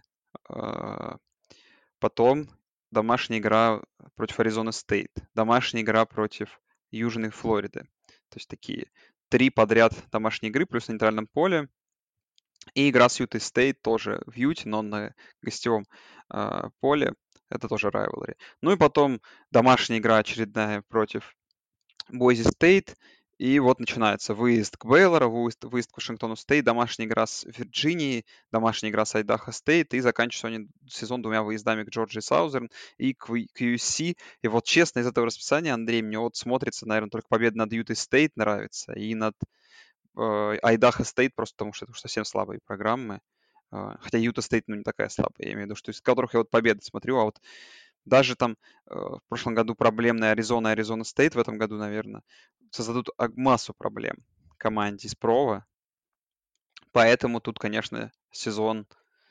Потом домашняя игра против Аризоны Стейт. Домашняя игра против Южной Флориды. То есть такие 3 подряд домашние игры плюс на нейтральном поле. И игра с Ютой Стейт тоже в Юте, но на гостевом поле. Это тоже rivalry. Ну и потом домашняя игра очередная против Бойзи Стейт. И вот начинается выезд к Бейлору, выезд к Вашингтону Стейт, домашняя игра с Вирджинией, домашняя игра с Айдахо Стейт, и заканчиваются они сезон 2 выездами к Джорджии Саузерн и к USC. И вот честно, из этого расписания, Андрей, мне вот смотрится, наверное, только победа над Ютой Стейт нравится, и над Айдахо Стейт, просто потому что это уж совсем слабые программы. Хотя Юта Стейт, ну, не такая слабая, я имею в виду, что из которых я вот победы смотрю, а вот даже там в прошлом году проблемная Аризона и Аризона Стейт в этом году, наверное, создадут массу проблем команде из Прова. Поэтому тут, конечно, сезон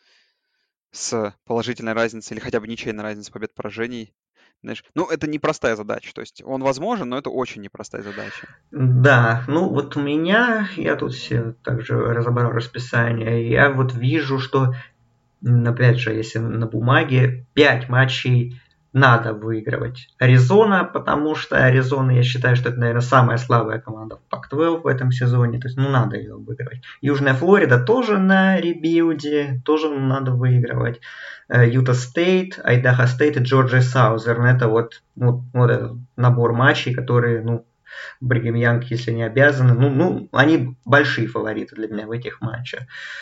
с положительной разницей или хотя бы ничейной разницей побед-поражений. Знаешь, ну, это непростая задача. То есть он возможен, но это очень непростая задача. Да, ну вот у меня, я тут все также разобрал расписание, я вот вижу, что, опять же, если на бумаге 5 матчей надо выигрывать. Аризона, потому что Аризона, я считаю, что это, наверное, самая слабая команда в Пак-12 в этом сезоне. То есть, ну, надо ее выигрывать. Южная Флорида тоже на ребилде, тоже надо выигрывать. Юта Стейт, Айдахо Стейт и Джорджия Саузерн. Это вот этот набор матчей, которые, ну, Бригем Янг, если не обязаны, ну, они большие фавориты для меня в этих матчах.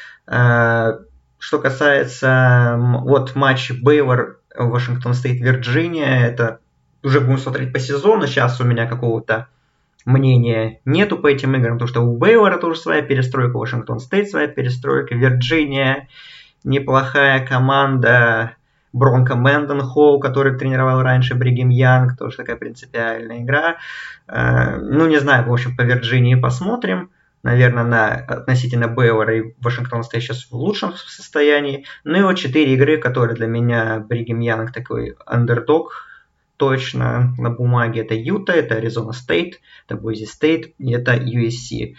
Что касается вот матч Бейвор, Вашингтон Стейт, Вирджиния, это уже будем смотреть по сезону. Сейчас у меня какого-то мнения нету по этим играм, потому что у Бейвора тоже своя перестройка, у Вашингтон Стейт своя перестройка, Вирджиния неплохая команда, Бронко Мэнденхолл, который тренировал раньше Бригем Янг, тоже такая принципиальная игра. Ну, не знаю, в общем, по Вирджинии посмотрим. Наверное, относительно Бейвора и Вашингтон Стейт сейчас в лучшем состоянии. Ну и вот 4 игры, которые для меня Бригем Янг такой андердог точно на бумаге. Это Юта, это Аризона Стейт, это Бойзи Стейт и это USC.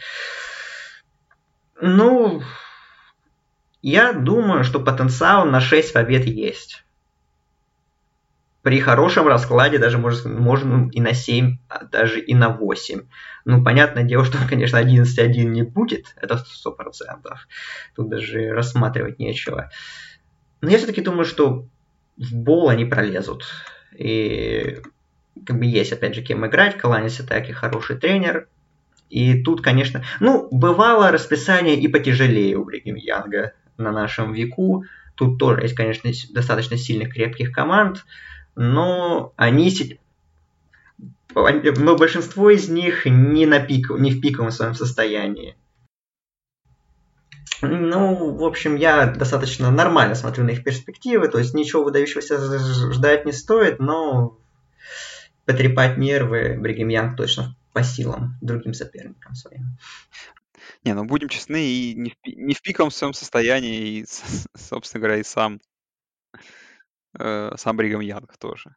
Ну, я думаю, что потенциал на 6 побед есть. При хорошем раскладе даже можно и на 7, а даже и на 8. Ну, понятное дело, что, конечно, 11-1 не будет, это 100%. Тут даже рассматривать нечего. Но я все-таки думаю, что в бол они пролезут. И как бы есть, опять же, кем играть. Каланис Атаки хороший тренер. И тут, конечно... Ну, бывало расписание и потяжелее у Бригем Янга на нашем веку. Тут тоже есть, конечно, достаточно сильных, крепких команд. Но они но большинство из них не в пиковом своем состоянии. Ну, в общем, я достаточно нормально смотрю на их перспективы, то есть ничего выдающегося ждать не стоит, но потрепать нервы Бригем Янг точно по силам другим соперникам своим. Не, ну будем честны, и не в пиковом своем состоянии, и, собственно говоря, и сам Бригем Янг тоже.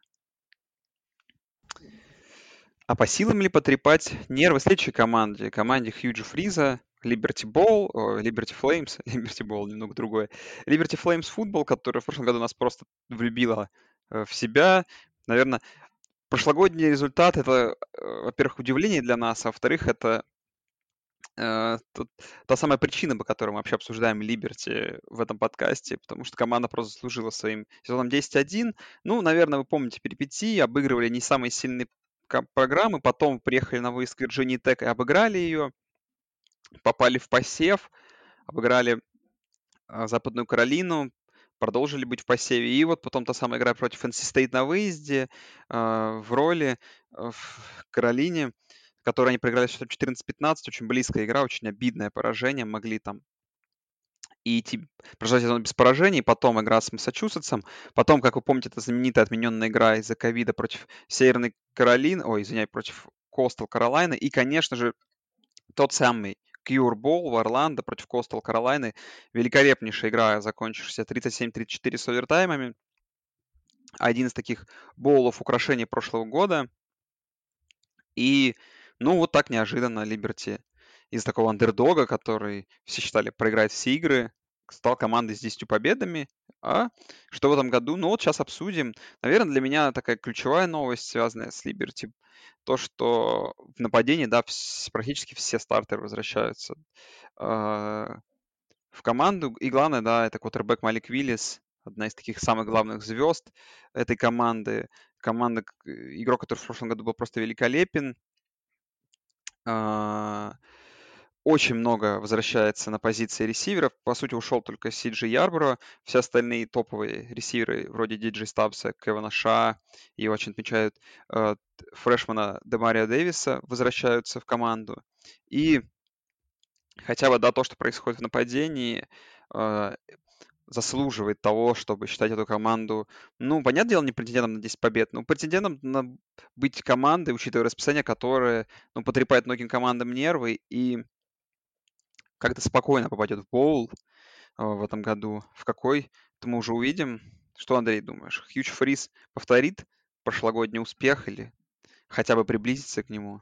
А по силам ли потрепать нервы следующей команде Хьюджи Фриза, Liberty Flames, Liberty Ball немного другое, Liberty Flames Football, которая в прошлом году нас просто влюбила в себя. Наверное, прошлогодний результат — это, во-первых, удивление для нас, а во-вторых, это та самая причина, по которой мы вообще обсуждаем Liberty в этом подкасте, потому что команда просто заслужила своим сезоном 10-1. Ну, наверное, вы помните перипетии, обыгрывали не самые сильные программы, потом приехали на выезд к Вирджинии Тек и обыграли ее, попали в посев, обыграли Западную Каролину, продолжили быть в посеве. И вот потом та самая игра против NC State на выезде в роли в Каролине, которую они проиграли счетом 14-15. Очень близкая игра, очень обидное поражение. Могли там и идти прожать сезон без поражений. Потом игра с Массачусетсом. Потом, как вы помните, это знаменитая отмененная игра из-за ковида против Северной Каролины. Против Coastal Carolina. И, конечно же, тот самый Cure Bowl в Орландо против Coastal Carolina. Великолепнейшая игра, закончившаяся 37-34 с овертаймами. Один из таких боулов украшений прошлого года. И, ну, вот так неожиданно Liberty из такого андердога, который все считали проиграет все игры, стал командой с 10 победами. А что в этом году? Ну, вот сейчас обсудим. Наверное, для меня такая ключевая новость, связанная с Liberty, то, что в нападении, да, практически все стартеры возвращаются в команду. И главное, да, это квотербэк Малик Виллис, одна из таких самых главных звезд этой команды. Игрок, который в прошлом году был просто великолепен. Очень много возвращается на позиции ресиверов. По сути, ушел только Си.Джей Ярборо. Все остальные топовые ресиверы, вроде Диджей Стабса, Кевина Ша, и очень отмечают фрешмана Демарио Дэвиса, возвращаются в команду. И хотя бы, да, то, что происходит в нападении, заслуживает того, чтобы считать эту команду, ну, понятное дело, не претендентом на 10 побед, но претендентом на быть командой, учитывая расписание, которое, ну, потрепает многим командам нервы и как-то спокойно попадет в боул в этом году. В какой, то мы уже увидим. Что, Андрей, думаешь? Хьюдж Фриз повторит прошлогодний успех или хотя бы приблизится к нему?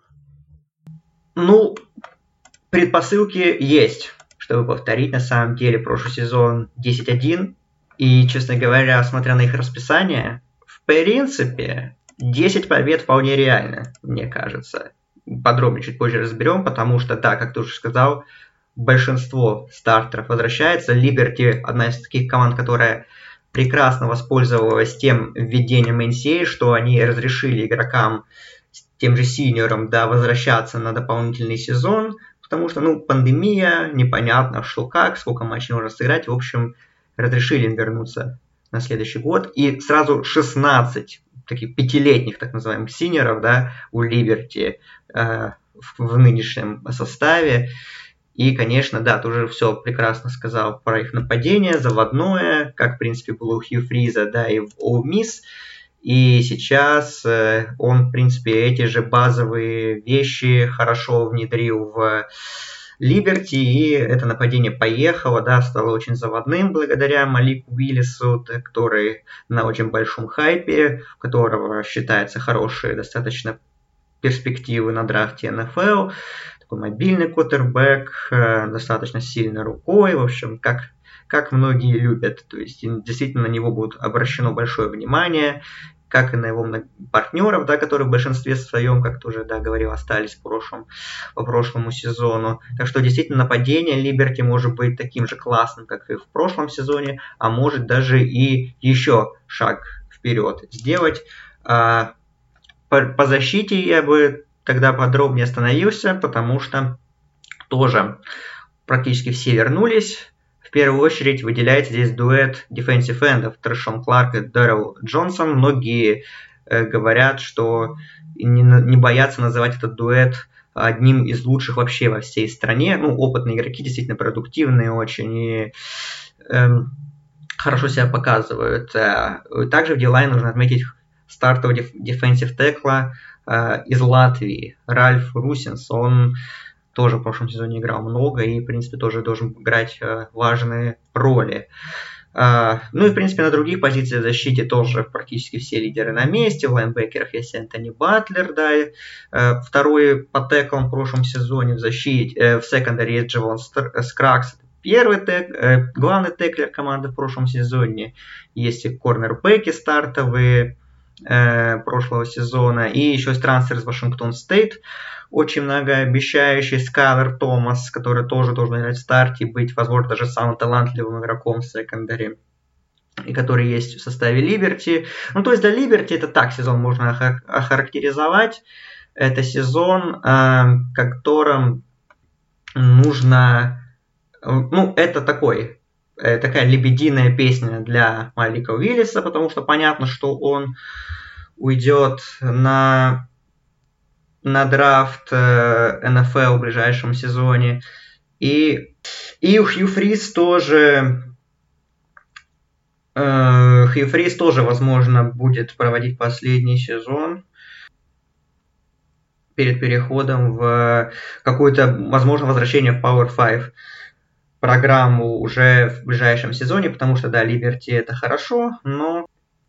Ну, предпосылки есть, чтобы повторить на самом деле прошлый сезон 10-1. И, честно говоря, смотря на их расписание, в принципе, 10 побед вполне реально, мне кажется. Подробнее чуть позже разберем, потому что, да, как ты уже сказал, большинство стартеров возвращается. Liberty одна из таких команд, которая прекрасно воспользовалась тем введением NCAA, что они разрешили игрокам, тем же синьорам, да, возвращаться на дополнительный сезон, потому что, ну, пандемия, непонятно что как, сколько матчей нужно сыграть. В общем, разрешили им вернуться на следующий год. И сразу 16 таких пятилетних, так называемых, синьоров, да, у Liberty в нынешнем составе. И, конечно, да, ты уже все прекрасно сказал про их нападение, заводное, как, в принципе, было у Хью Фриза, да, и в Ole Miss. И сейчас он, в принципе, эти же базовые вещи хорошо внедрил в Liberty, и это нападение поехало, да, стало очень заводным благодаря Малику Уиллису, который на очень большом хайпе, у которого считается хорошие достаточно перспективы на драфте НФЛ. Такой мобильный квотербэк, достаточно сильной рукой, в общем, как многие любят. То есть действительно на него будет обращено большое внимание, как и на его партнеров, да, которые в большинстве своем, как ты уже, да, говорил, остались по прошлому сезону. Так что действительно нападение Liberty может быть таким же классным, как и в прошлом сезоне, а может даже и еще шаг вперед сделать. По защите я бы тогда подробнее остановился, потому что тоже практически все вернулись. В первую очередь выделяется здесь дуэт defensive эндов Трэшон Кларк и Дэрил Джонсон. Многие говорят, что не бояться называть этот дуэт одним из лучших вообще во всей стране. Ну, опытные игроки, действительно продуктивные очень и хорошо себя показывают. Также в D-Line нужно отметить стартового дефенсив текла из Латвии, Ральф Русинс. Он тоже в прошлом сезоне играл много и, в принципе, тоже должен играть важные роли. Ну и, в принципе, на других позициях в защите тоже практически все лидеры на месте. В лайнбекерах есть Энтони Батлер, да, второй по теклам в прошлом сезоне в защите. В секондаре есть Джевон Скракс, первый главный теклер команды в прошлом сезоне. Есть и корнербеки стартовые прошлого сезона. И еще есть трансфер из Вашингтон Стейт, очень многообещающий Скайлер Томас, который тоже должен играть в старте и быть, возможно, даже самым талантливым игроком в секондаре, и который есть в составе Либерти. Ну, то есть для Либерти это так сезон можно охарактеризовать. Это сезон, которым нужно... Ну, это такая лебединая песня для Малика Уиллиса, потому что понятно, что он уйдет на драфт НФЛ в ближайшем сезоне. И Хью Фриз тоже, возможно, будет проводить последний сезон перед переходом в какое-то, возможно, возвращение в Power 5 программу уже в ближайшем сезоне, потому что, да, Liberty это хорошо, но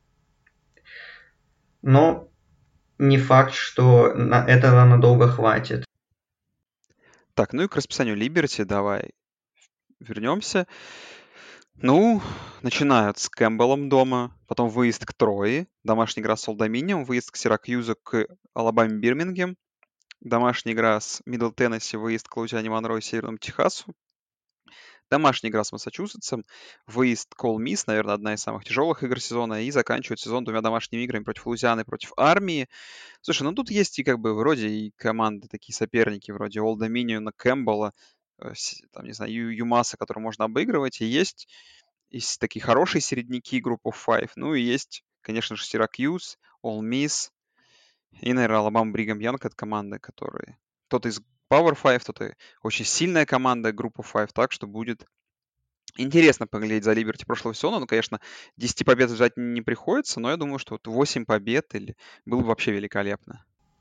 не факт, что этого надолго хватит. Так, ну и к расписанию Liberty давай вернемся. Ну, начинают с Кэмпбеллом дома, потом выезд к Трое, домашняя игра с Олд Доминион, выезд к Сиракьюзу, к Алабаме Бирмингем, домашняя игра с Мидл Теннесси, выезд к Луизиане Монро и Северному Техасу, домашняя игра с Массачусетсом, выезд к Ол Мисс, наверное, одна из самых тяжелых игр сезона, и заканчивают сезон двумя домашними играми против Луизианы и против Армии. Слушай, ну тут есть и как бы вроде и команды, такие соперники, вроде Олд Доминиона, Кэмпбелла, там, не знаю, Юмаса, который можно обыгрывать, и есть такие хорошие середняки группы Five. Ну и есть, конечно же, Сиракьюз, All Miss и, наверное, Алабама Бригам Янг. Это команды, которые... Кто-то из Power Five, кто-то очень сильная команда группы Five. Так что будет интересно поглядеть за Либерти прошлого сезона. Ну, конечно, 10 побед ждать не приходится, но я думаю, что вот 8 побед было бы вообще великолепно.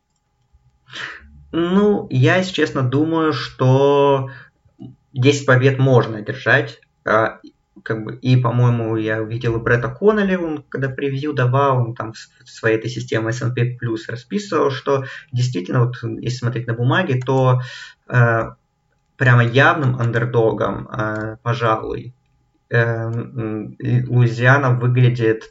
Ну, я, если честно, думаю, что 10 побед можно одержать. И, по-моему, я видел Бретта Коннелли, он когда превью давал, он там в своей этой системе S&P Plus расписывал, что действительно, вот если смотреть на бумаге, то прямо явным андердогом, пожалуй, Луизиана выглядит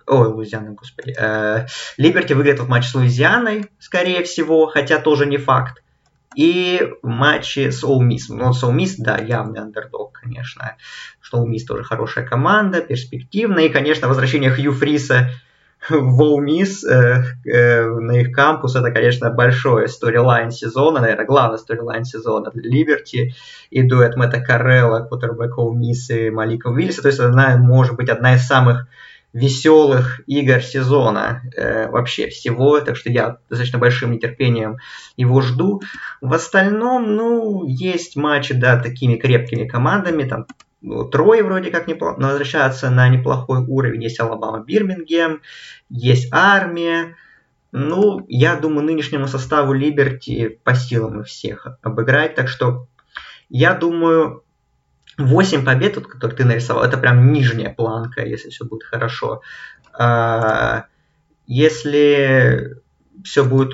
Либерти выглядит в матче с Луизианой, скорее всего, хотя тоже не факт. И в матче с Ole Miss. Ну, с Ole Miss, да, явный андердог, конечно. Что Ole Miss тоже хорошая команда, перспективная. И, конечно, возвращение Хью Фриса в Ole Miss на их кампус, это, конечно, большой сторилайн сезона, наверное, главный сторилайн сезона для Либерти. И дуэт Мэтта Каррелла, квотербэка Ole Miss и Малика Уиллиса. То есть она может быть одна из самых веселых игр сезона вообще всего, так что я достаточно большим нетерпением его жду. В остальном, ну, есть матчи, да, такими крепкими командами, там Трое вроде как возвращаются на неплохой уровень, есть Алабама Бирмингем, есть Армия. Ну, я думаю, нынешнему составу Либерти по силам их всех обыграть, так что я думаю, 8 побед, которые ты нарисовал, это прям нижняя планка, если все будет хорошо. Если все будет,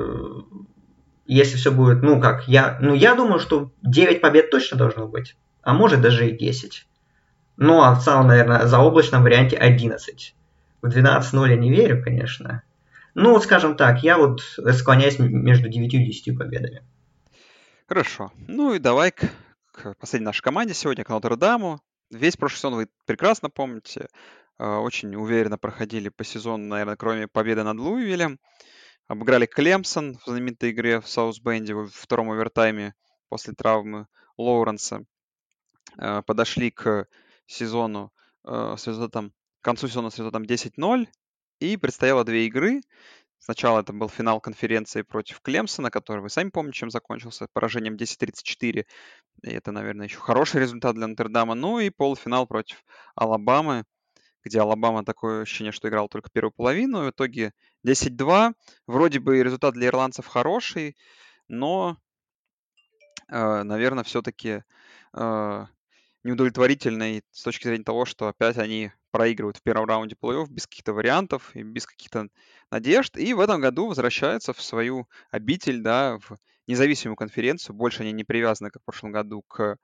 я думаю, что 9 побед точно должно быть, а может даже и 10. Ну, а в целом, наверное, за облачном варианте 11. В 12-0 я не верю, конечно. Ну, вот скажем так, я вот склоняюсь между 9 и 10 победами. Хорошо. Ну и давай к последней нашей команде сегодня, к Нотр-Даму. Весь прошлый сезон вы прекрасно помните. Очень уверенно проходили по сезону, наверное, кроме победы над Луивиллем. Обыграли Клемсон в знаменитой игре в Саус-Бенде во втором овертайме после травмы Лоуренса. Подошли к сезону к концу сезона с результатом 10-0. И предстояло 2 игры. Сначала это был финал конференции против Клемсона, который вы сами помните, чем закончился, поражением 10-34. И это, наверное, еще хороший результат для Нотр-Дама. Ну и полуфинал против Алабамы, где Алабама такое ощущение, что играл только первую половину. В итоге 10-2. Вроде бы результат для ирландцев хороший, но, наверное, все-таки неудовлетворительный с точки зрения того, что опять они проигрывают в первом раунде плей-офф без каких-то вариантов и без каких-то надежд. И в этом году возвращаются в свою обитель, да, в независимую конференцию. Больше они не привязаны, как в прошлом году, к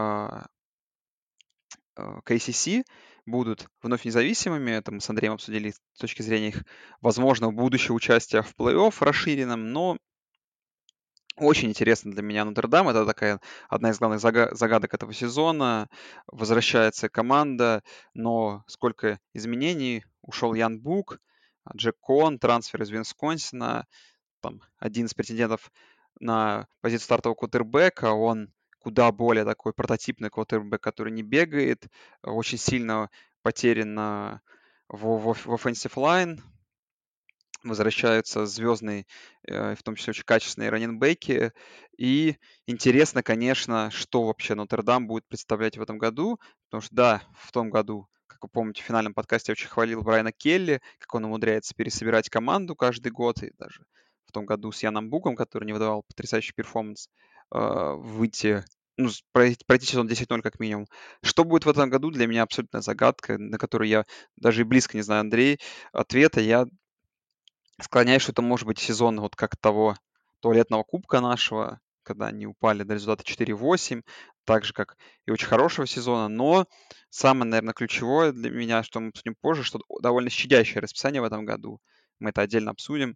ACC, будут вновь независимыми. Это мы с Андреем обсудили с точки зрения их возможного будущего участия в плей-офф расширенном, но очень интересно для меня Нотр-Дам. Это такая одна из главных загадок этого сезона. Возвращается команда, но сколько изменений. Ушел Ян Бук, Джек Кон, трансфер из Висконсина. Там один из претендентов на позицию стартового квотербека. Он куда более такой прототипный квотербек, который не бегает. Очень сильно потерян в offensive line. Возвращаются звездные, в том числе очень качественные раннинбеки. И интересно, конечно, что вообще Нотр-Дам будет представлять в этом году. Потому что, да, в том году, как вы помните, в финальном подкасте я очень хвалил Брайана Келли, как он умудряется пересобирать команду каждый год. И даже в том году с Яном Буком, который не выдавал потрясающий перформанс, выйти, ну, пройти сезон 10-0 как минимум. Что будет в этом году, для меня абсолютная загадка, на которую я даже и близко не знаю, Андрей, ответа. Я склоняюсь, что это может быть сезон вот как того туалетного кубка нашего, когда они упали до результата 4-8, так же, как и очень хорошего сезона. Но самое, наверное, ключевое для меня, что мы обсудим позже, что довольно щадящее расписание в этом году. Мы это отдельно обсудим.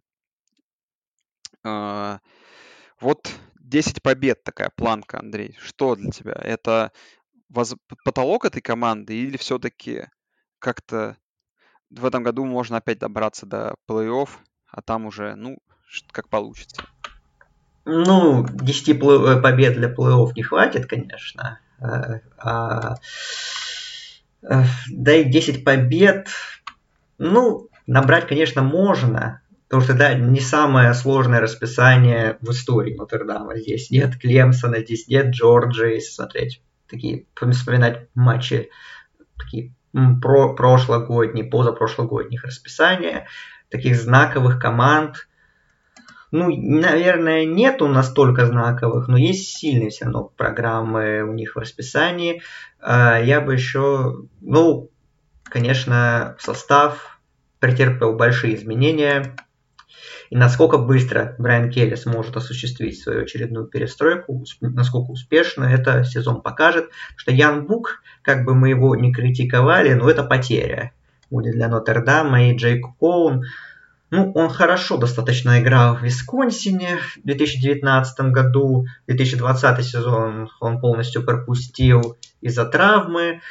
Вот 10 побед такая планка, Андрей. Что для тебя? Это потолок этой команды или все-таки как-то в этом году можно опять добраться до плей-офф, а там уже, ну, как получится? Ну, 10 побед для плей-офф не хватит, конечно. Да и 10 побед, ну, набрать, конечно, можно. Потому что, да, не самое сложное расписание в истории Нотр-Дама. Здесь нет Клемсона, здесь нет Джорджии, если смотреть, такие, вспоминать матчи такие прошлогодние, позапрошлогодних расписания, таких знаковых команд. Ну, наверное, нету настолько знаковых, но есть сильные все равно программы у них в расписании. Я бы еще, ну, конечно, состав претерпел большие изменения. И насколько быстро Брайан Келли сможет осуществить свою очередную перестройку, насколько успешно, это сезон покажет. Потому что Ян Бук, как бы мы его не критиковали, но это потеря будет для Нотр-Дама. И Джейк Коун, ну, он хорошо достаточно играл в Висконсине в 2019 году. 2020 сезон он полностью пропустил из-за травмы.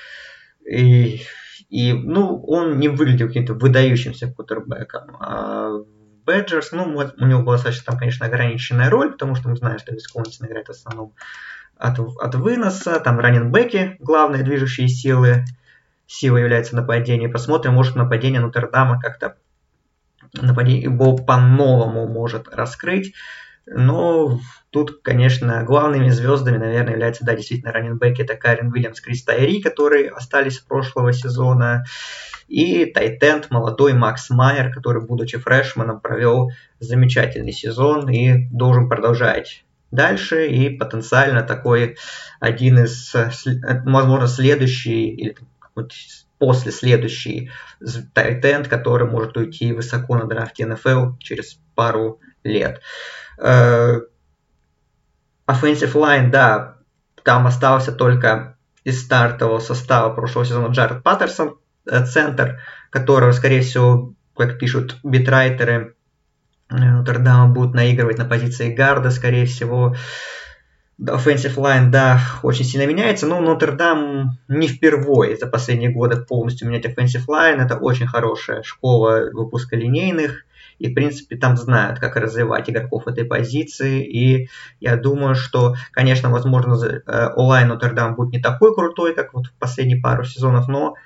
И ну, он не выглядел каким-то выдающимся квотербеком. А Бэджерс, ну, у него была достаточно там, конечно, ограниченная роль, потому что мы знаем, что Висконсин играет в основном от выноса. Там раннинбеки, главные движущие силы. Сила является нападение. Посмотрим, может нападение Нотр-Дама как-то по-новому может раскрыть. Но тут, конечно, главными звездами, наверное, являются, да, действительно, раннинбеки. Это Карен Уильямс, Крис Тайри, которые остались с прошлого сезона. И тайтенд молодой Макс Майер, который, будучи фрешманом, провел замечательный сезон и должен продолжать дальше. И потенциально такой один из, возможно, следующий или после следующий тайтенд, который может уйти высоко на драфте НФЛ через пару лет. Offensive line, да, там остался только из стартового состава прошлого сезона Джаред Паттерсон, центр, которого, скорее всего, как пишут битрайтеры, Нотр-Дама будут наигрывать на позиции гарда, скорее всего. Offensive line, да, очень сильно меняется, но Нотр-Дам не впервые за последние годы полностью менять offensive line. Это очень хорошая школа выпуска линейных. И, в принципе, там знают, как развивать игроков этой позиции. И я думаю, что, конечно, возможно, онлайн Нотр-Дам будет не такой крутой, как вот в последние пару сезонов, но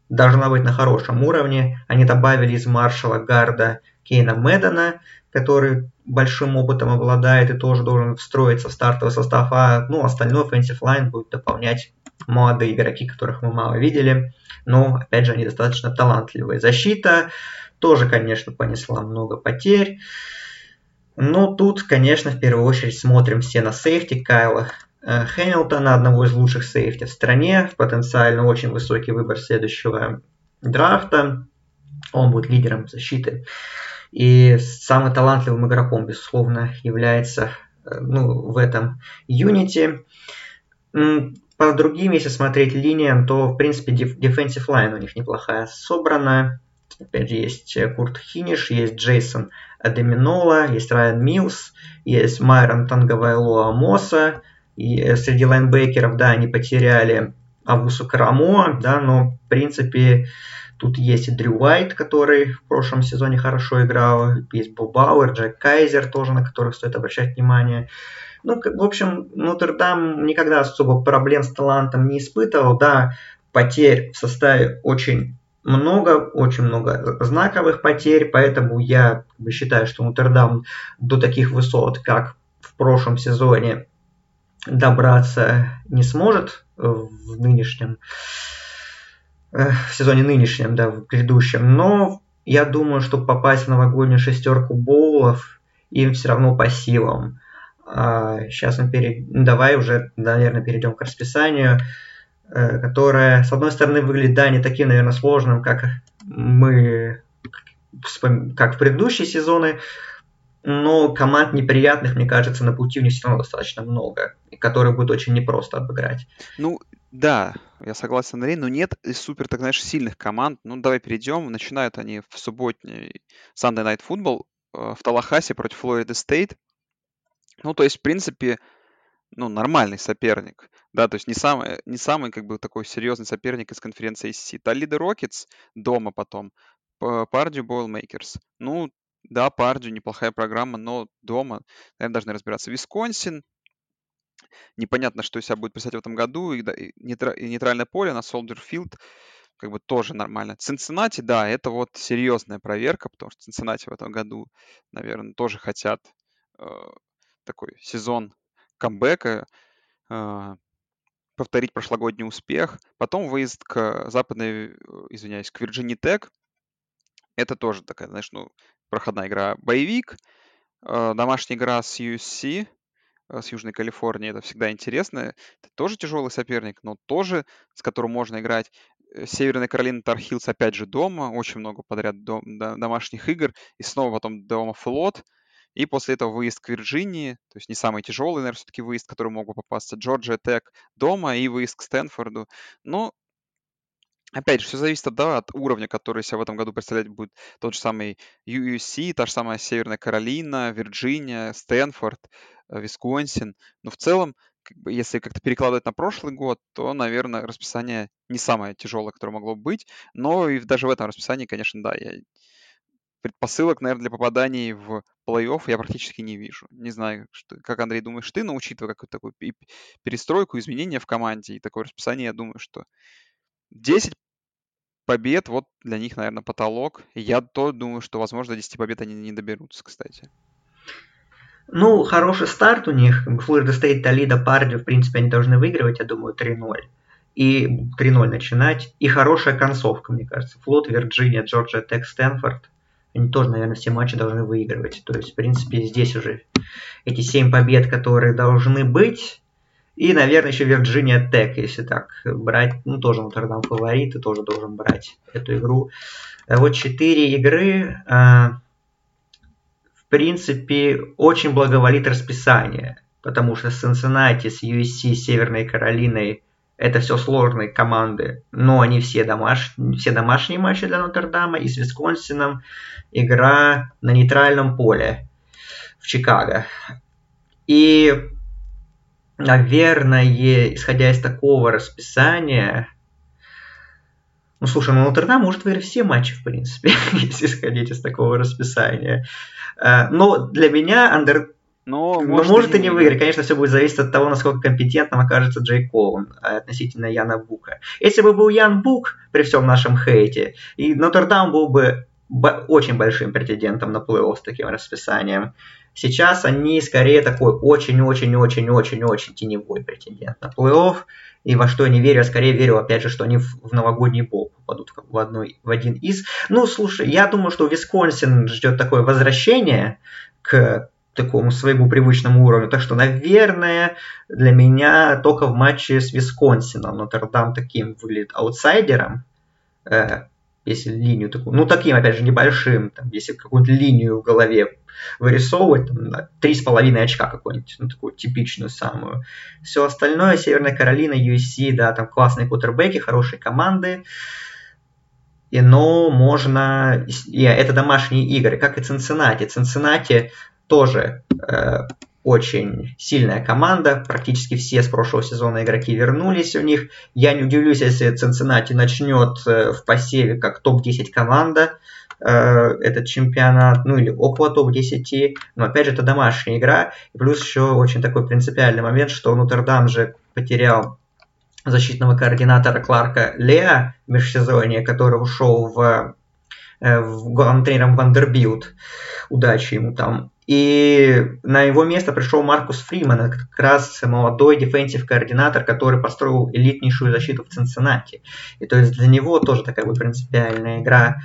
должна быть на хорошем уровне. Они добавили из Маршалла гарда Кейна Мэддена, который большим опытом обладает и тоже должен встроиться в стартовый состав, а остальной offensive line будет дополнять молодые игроки, которых мы мало видели, но, опять же, они достаточно талантливые. Защита тоже, конечно, понесла много потерь, но тут, конечно, в первую очередь смотрим все на сейфти Кайла Хэмилтона, одного из лучших сейфти в стране, потенциально очень высокий выбор следующего драфта. Он будет лидером защиты. И самым талантливым игроком, безусловно, является в этом юните. По другим, если смотреть линиям, то, в принципе, defensive line у них неплохая собрана. Опять же, есть Курт Хиниш, есть Джейсон Адеминола, есть Райан Милс, есть Майрон Тангавайлоа Моса. И среди лайнбекеров, да, они потеряли Авусу Карамо, да, но, в принципе, тут есть и Дрю Уайт, который в прошлом сезоне хорошо играл, есть Бо Бауэр, Джек Кайзер тоже, на которых стоит обращать внимание. В общем, Нотр-Дам никогда особо проблем с талантом не испытывал, да, потерь в составе очень много знаковых потерь, поэтому я считаю, что Нотр-Дам до таких высот, как в прошлом сезоне, добраться не сможет в сезоне нынешнем, да, в грядущем. Но я думаю, что попасть в новогоднюю шестерку боулов им все равно по силам. Сейчас давай уже, наверное, перейдем к расписанию, которое, с одной стороны, выглядит, да, не таким, наверное, сложным, как в предыдущие сезоны, но команд неприятных, мне кажется, на пути у них все равно достаточно много, и которые будет очень непросто обыграть. Да, я согласен, Андрей, но нет супер, так знаешь, сильных команд. Давай перейдем. Начинают они в субботний Sunday Night Football в Таллахасе против Флорида Стейт. То есть, в принципе, нормальный соперник. Да, то есть не самый как бы такой серьезный соперник из конференции ACC. Толидо Рокетс дома потом. Пардью Бойлмейкерс. Да, Пардью неплохая программа, но дома, наверное, должны разбираться. Висконсин. Непонятно, что из себя будет представлять в этом году. И нейтральное поле на Soldier Field как бы тоже нормально. Цинциннати, да, это вот серьезная проверка, потому что Цинциннати в этом году, наверное, тоже хотят такой сезон камбэка, повторить прошлогодний успех. Потом выезд к к Вирджинии Тек. Это тоже такая, знаешь, проходная игра. Боевик, домашняя игра с USC, с Южной Калифорнии. Это всегда интересно. Это тоже тяжелый соперник, но тоже с которым можно играть. Северная Каролина Тархилс опять же дома. Очень много подряд домашних игр. И снова потом дома Флот. И после этого выезд к Вирджинии, то есть не самый тяжелый, наверное, все-таки выезд, который мог бы попасться. Джорджия Тек дома и выезд к Стэнфорду. Но, опять же, все зависит от уровня, который себя в этом году представлять будет тот же самый USC, та же самая Северная Каролина, Вирджиния, Стэнфорд, Висконсин. Но в целом, если как-то перекладывать на прошлый год, то, наверное, расписание не самое тяжелое, которое могло быть. Но и даже в этом расписании, конечно, да, предпосылок, наверное, для попаданий в плей-офф я практически не вижу. Не знаю, как, Андрей, думаешь ты, но учитывая какую-то такую перестройку, изменения в команде и такое расписание, я думаю, что 10 побед, вот для них, наверное, потолок. И я думаю, что, возможно, до 10 побед они не доберутся, кстати. Хороший старт у них. Флорида Стейт, Толидо, Пардию, в принципе, они должны выигрывать, я думаю, 3-0. И 3-0 начинать. И хорошая концовка, мне кажется. Флот, Вирджиния, Джорджия Тек, Стэнфорд. Они тоже, наверное, все матчи должны выигрывать. То есть, в принципе, здесь уже эти 7 побед, которые должны быть. И, наверное, еще Вирджиния Тек, если так брать. Тоже Нотр-Дам фаворит, и тоже должен брать эту игру. Вот 4 игры. В принципе, очень благоволит расписание. Потому что с Cincinnati, с USC, Северной Каролиной это все сложные команды, но они все домашние матчи для Нотр-Дама. И с Висконсином игра на нейтральном поле в Чикаго. И, наверное, исходя из такого расписания, Нотр-Дам может выиграть все матчи, в принципе, если исходить из такого расписания. Но для меня Но Но может и может не и не выиграть. выиграть. Конечно, все будет зависеть от того, насколько компетентным окажется Джей Коун относительно Яна Бука. Если бы был Ян Бук, при всем нашем хейте, и Нотр-Дам был бы очень большим претендентом на плей-офф с таким расписанием. Сейчас они скорее такой очень-очень-очень-очень-очень теневой претендент на плей-офф. И во что я не верю, я скорее верю, опять же, что они в новогодний бол попадут в один из. Ну, слушай, я думаю, что Висконсин ждет такое возвращение к такому своему привычному уровню. Так что, наверное, для меня только в матче с Висконсином Нотр-Дам таким выглядит аутсайдером, если линию такую, ну, таким, опять же, небольшим, там, если какую-то линию в голове вырисовывать, там, 3,5 очка какую-нибудь, ну, такую типичную самую. Все остальное, Северная Каролина, USC, да, там классные квотербеки, хорошие команды, но можно... И это домашние игры, как и Цинциннати. Цинциннати тоже очень сильная команда. Практически все с прошлого сезона игроки вернулись у них. Я не удивлюсь, если Цинциннати начнет в посеве как топ-10 команда этот чемпионат, ну или около топ-10. Но опять же, это домашняя игра. И плюс еще очень такой принципиальный момент, что Нотр-Дам же потерял защитного координатора Кларка Леа в межсезонье, который ушел в главным тренером Вандербилт. Удачи ему там. И на его место пришел Маркус Фриман, это как раз молодой дефенсив координатор, который построил элитнейшую защиту в Цинциннати. И то есть для него тоже такая вот принципиальная игра.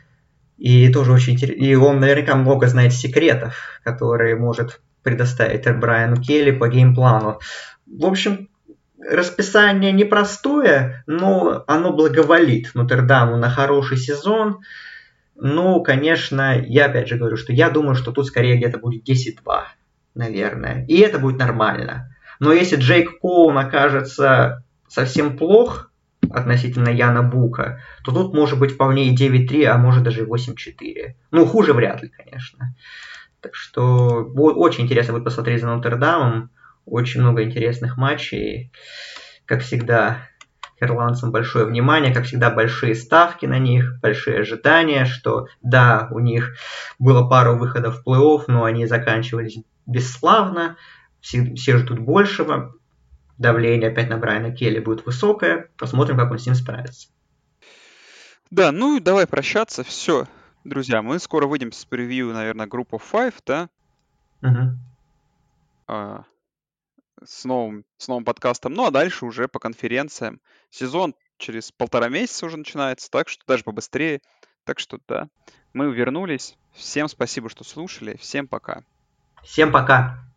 И тоже очень интересно. И он наверняка много знает секретов, которые может предоставить Брайану Келли по геймплану. В общем, расписание непростое, но оно благоволит Нотр-Даму на хороший сезон. Ну, конечно, я опять же говорю, что я думаю, что тут скорее где-то будет 10-2, наверное. И это будет нормально. Но если Джейк Коун окажется совсем плох относительно Яна Бука, то тут может быть вполне и 9-3, а может даже и 8-4. Ну, хуже вряд ли, конечно. Так что очень интересно будет посмотреть за Нотр-Дамом. Очень много интересных матчей. Как всегда, к ирландцам большое внимание, как всегда, большие ставки на них, большие ожидания, что да, у них было пару выходов в плей-офф, но они заканчивались бесславно, все ждут большего, давление опять на Брайана Келли будет высокое, посмотрим, как он с ним справится. Да, ну и давай прощаться. Все, друзья, мы скоро выйдем с превью, наверное, группы 5, да, Угу. а, с новым подкастом. Ну а дальше уже по конференциям. Сезон через 1,5 месяца уже начинается, так что даже побыстрее. Так что да, мы вернулись. Всем спасибо, что слушали. Всем пока. Всем пока!